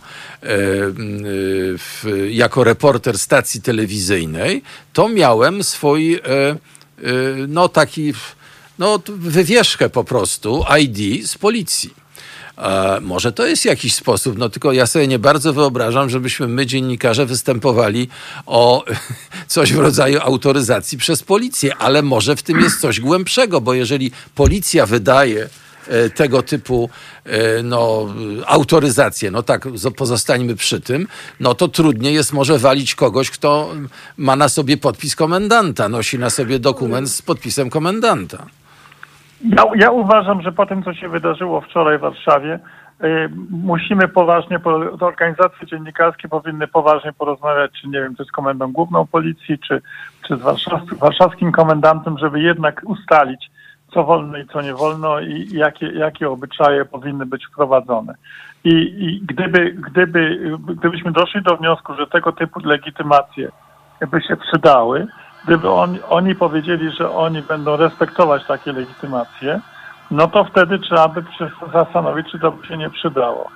jako reporter stacji telewizyjnej, to miałem swój taki wywieszkę po prostu ID z policji. Może to jest jakiś sposób, tylko ja sobie nie bardzo wyobrażam, żebyśmy my, dziennikarze, występowali o coś w rodzaju autoryzacji przez policję, ale może w tym jest coś głębszego, bo jeżeli policja wydaje tego typu autoryzację, pozostańmy przy tym, to trudniej jest może walić kogoś, kto ma na sobie podpis komendanta, nosi na sobie dokument z podpisem komendanta. Ja uważam, że po tym, co się wydarzyło wczoraj w Warszawie, musimy poważnie, te organizacje dziennikarskie powinny poważnie porozmawiać, czy nie wiem, czy z Komendą Główną Policji, czy z warszawskim komendantem, żeby jednak ustalić, co wolno i co nie wolno i jakie obyczaje powinny być wprowadzone. I gdybyśmy doszli do wniosku, że tego typu legitymacje by się przydały, gdyby oni powiedzieli, że oni będą respektować takie legitymacje, no to wtedy trzeba by zastanowić, czy to by się nie przydało.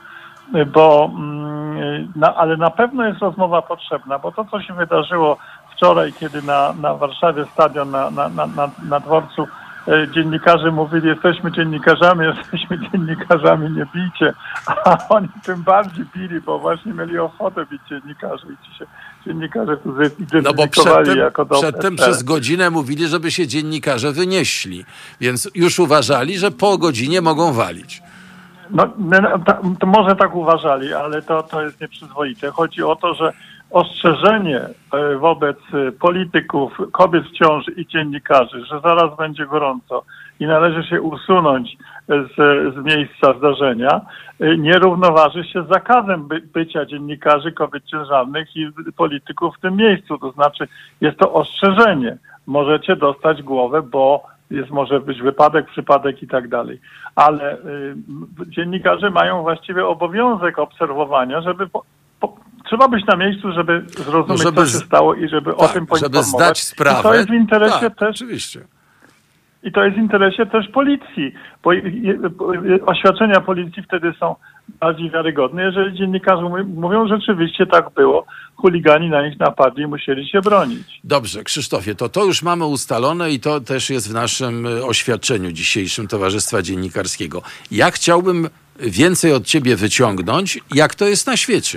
Ale na pewno jest rozmowa potrzebna, bo to, co się wydarzyło wczoraj, kiedy na Warszawie stadion na dworcu dziennikarze mówili, jesteśmy dziennikarzami, nie bijcie, a oni tym bardziej bili, bo właśnie mieli ochotę bić dziennikarzy i ci się dziennikarze tu zidentyfikowali jako dobre. Przedtem przez godzinę mówili, żeby się dziennikarze wynieśli, więc już uważali, że po godzinie mogą walić. To może tak uważali, ale to jest nieprzyzwoite. Chodzi o to, że ostrzeżenie wobec polityków, kobiet w ciąży i dziennikarzy, że zaraz będzie gorąco i należy się usunąć z miejsca zdarzenia, nie równoważy się z zakazem bycia dziennikarzy, kobiet ciężarnych i polityków w tym miejscu. To znaczy jest to ostrzeżenie. Możecie dostać głowę, bo może być wypadek, przypadek i tak dalej. Ale dziennikarze mają właściwie obowiązek obserwowania, żeby trzeba być na miejscu, żeby zrozumieć, co się stało i żeby o tym poinformować. Żeby zdać sprawę. I to jest w interesie też. Oczywiście. I to jest w interesie też policji, bo oświadczenia policji wtedy są bardziej wiarygodne, jeżeli dziennikarze mówią, że rzeczywiście tak było, chuligani na nich napadli i musieli się bronić. Dobrze, Krzysztofie, to już mamy ustalone i to też jest w naszym oświadczeniu dzisiejszym Towarzystwa Dziennikarskiego. Ja chciałbym więcej od ciebie wyciągnąć, jak to jest na świecie.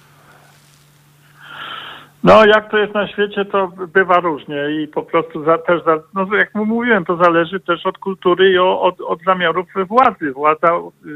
No, jak to jest na świecie, to bywa różnie i po prostu no jak mówiłem, to zależy też od kultury i od zamiarów władzy. Władza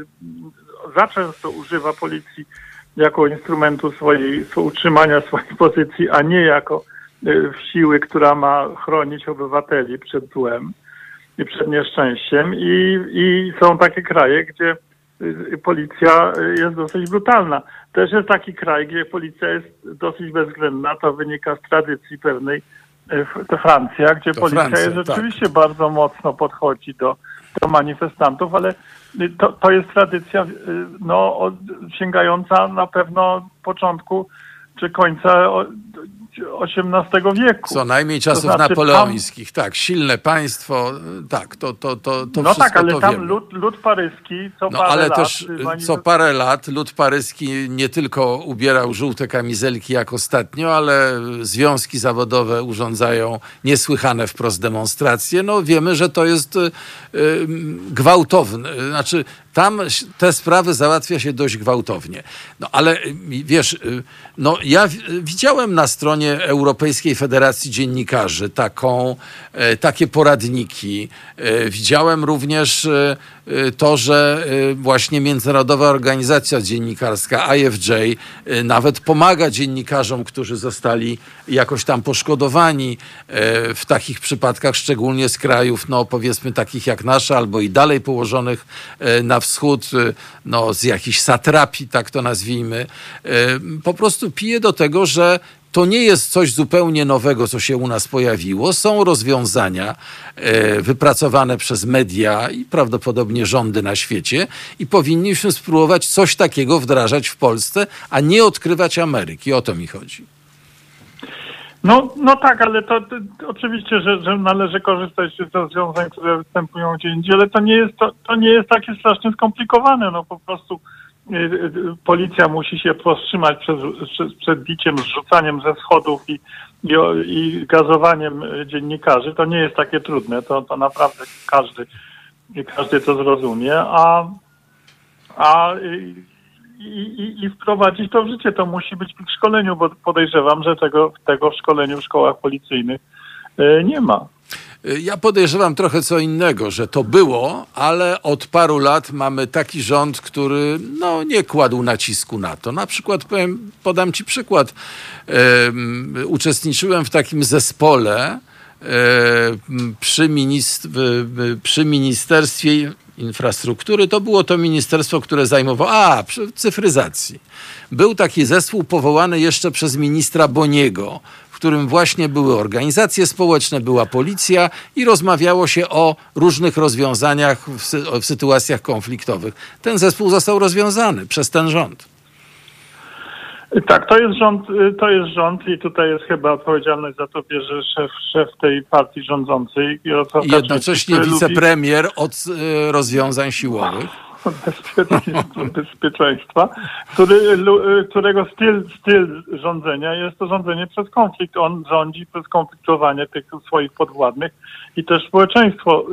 za często używa policji jako instrumentu utrzymania swojej pozycji, a nie jako siły, która ma chronić obywateli przed złem i przed nieszczęściem. I są takie kraje, gdzie policja jest dosyć brutalna. Też jest taki kraj, gdzie policja jest dosyć bezwzględna. To wynika z tradycji pewnej. To Francja, gdzie policja jest rzeczywiście bardzo mocno podchodzi do manifestantów, ale to jest tradycja sięgająca na pewno początku czy końca XVIII wieku. Co najmniej czasów napoleońskich. Tak, silne państwo, tak, to no wszystko tak, ale to tam wiemy. lud paryski co parę lat lud paryski nie tylko ubierał żółte kamizelki jak ostatnio, ale związki zawodowe urządzają niesłychane wprost demonstracje. No wiemy, że to jest gwałtowne. Znaczy tam te sprawy załatwia się dość gwałtownie. No ale wiesz, no ja widziałem na stronie Europejskiej Federacji Dziennikarzy takie poradniki. Widziałem również to, że właśnie Międzynarodowa Organizacja Dziennikarska IFJ nawet pomaga dziennikarzom, którzy zostali jakoś tam poszkodowani w takich przypadkach, szczególnie z krajów, no powiedzmy takich jak nasze, albo i dalej położonych na wschód, no z jakichś satrapii, tak to nazwijmy. Po prostu pije do tego, że to nie jest coś zupełnie nowego, co się u nas pojawiło. Są rozwiązania wypracowane przez media i prawdopodobnie rządy na świecie i powinniśmy spróbować coś takiego wdrażać w Polsce, a nie odkrywać Ameryki. O to mi chodzi. No tak, ale to oczywiście, że należy korzystać z rozwiązań, które występują gdzie indziej, ale to nie jest takie strasznie skomplikowane. No po prostu policja musi się powstrzymać przed biciem, zrzucaniem ze schodów i gazowaniem dziennikarzy. To nie jest takie trudne. To naprawdę każdy to zrozumie, i wprowadzić to w życie. To musi być w szkoleniu, bo podejrzewam, że tego w szkoleniu w szkołach policyjnych nie ma. Ja podejrzewam trochę co innego, że to było, ale od paru lat mamy taki rząd, który nie kładł nacisku na to. Na przykład, podam ci przykład. Uczestniczyłem w takim zespole przy Ministerstwie Infrastruktury. To było to ministerstwo, które zajmowało przy cyfryzacji. Był taki zespół powołany jeszcze przez ministra Boniego, w którym właśnie były organizacje społeczne, była policja i rozmawiało się o różnych rozwiązaniach w sytuacjach konfliktowych. Ten zespół został rozwiązany przez ten rząd. Tak, to jest rząd i tutaj jest chyba odpowiedzialność za to bierze szef tej partii rządzącej. Jednocześnie wicepremier od rozwiązań siłowych. Bezpieczeństwa, którego styl rządzenia jest to rządzenie przez konflikt. On rządzi przez konfliktowanie tych swoich podwładnych i też społeczeństwo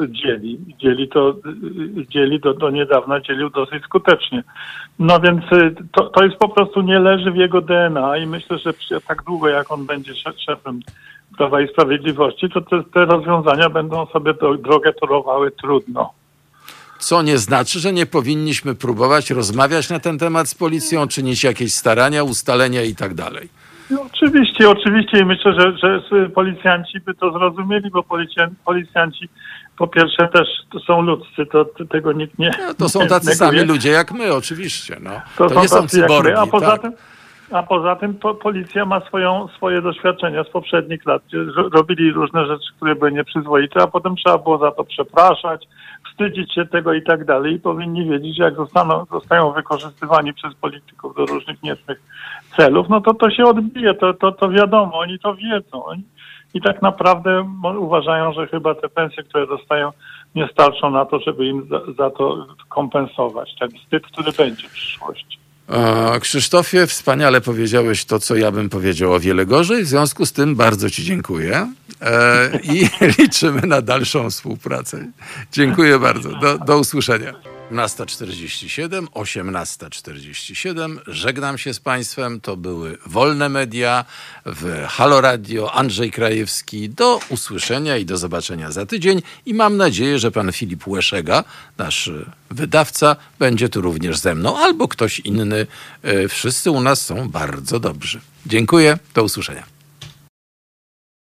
dzieli do niedawna, dzielił dosyć skutecznie. No więc to jest po prostu, nie leży w jego DNA i myślę, że tak długo jak on będzie szefem Prawa i Sprawiedliwości, to te rozwiązania będą sobie drogę torowały trudno. Co nie znaczy, że nie powinniśmy próbować rozmawiać na ten temat z policją, czynić jakieś starania, ustalenia i tak dalej. No, oczywiście i myślę, że policjanci by to zrozumieli, bo policjanci po pierwsze też to są ludzcy, to tego nikt nie... No, to są tacy sami ludzie jak my, oczywiście. No. To nie są cyborgi. A poza tym policja ma swoje doświadczenia z poprzednich lat, gdzie robili różne rzeczy, które były nieprzyzwoite, a potem trzeba było za to przepraszać, wstydzić się tego i tak dalej i powinni wiedzieć, że jak zostają wykorzystywani przez polityków do różnych niecnych celów, no to się odbije, to wiadomo, oni to wiedzą. i tak naprawdę uważają, że chyba te pensje, które dostają, nie starczą na to, żeby im za to kompensować ten wstyd, który będzie w przyszłości. Krzysztofie, wspaniale powiedziałeś to, co ja bym powiedział o wiele gorzej. W związku z tym bardzo ci dziękuję i liczymy na dalszą współpracę. Dziękuję bardzo. Do usłyszenia. 18:47, 18:47. Żegnam się z Państwem. To były Wolne Media w Halo Radio. Andrzej Krajewski. Do usłyszenia i do zobaczenia za tydzień. I mam nadzieję, że pan Filip Łeszega, nasz wydawca, będzie tu również ze mną. Albo ktoś inny. Wszyscy u nas są bardzo dobrzy. Dziękuję. Do usłyszenia.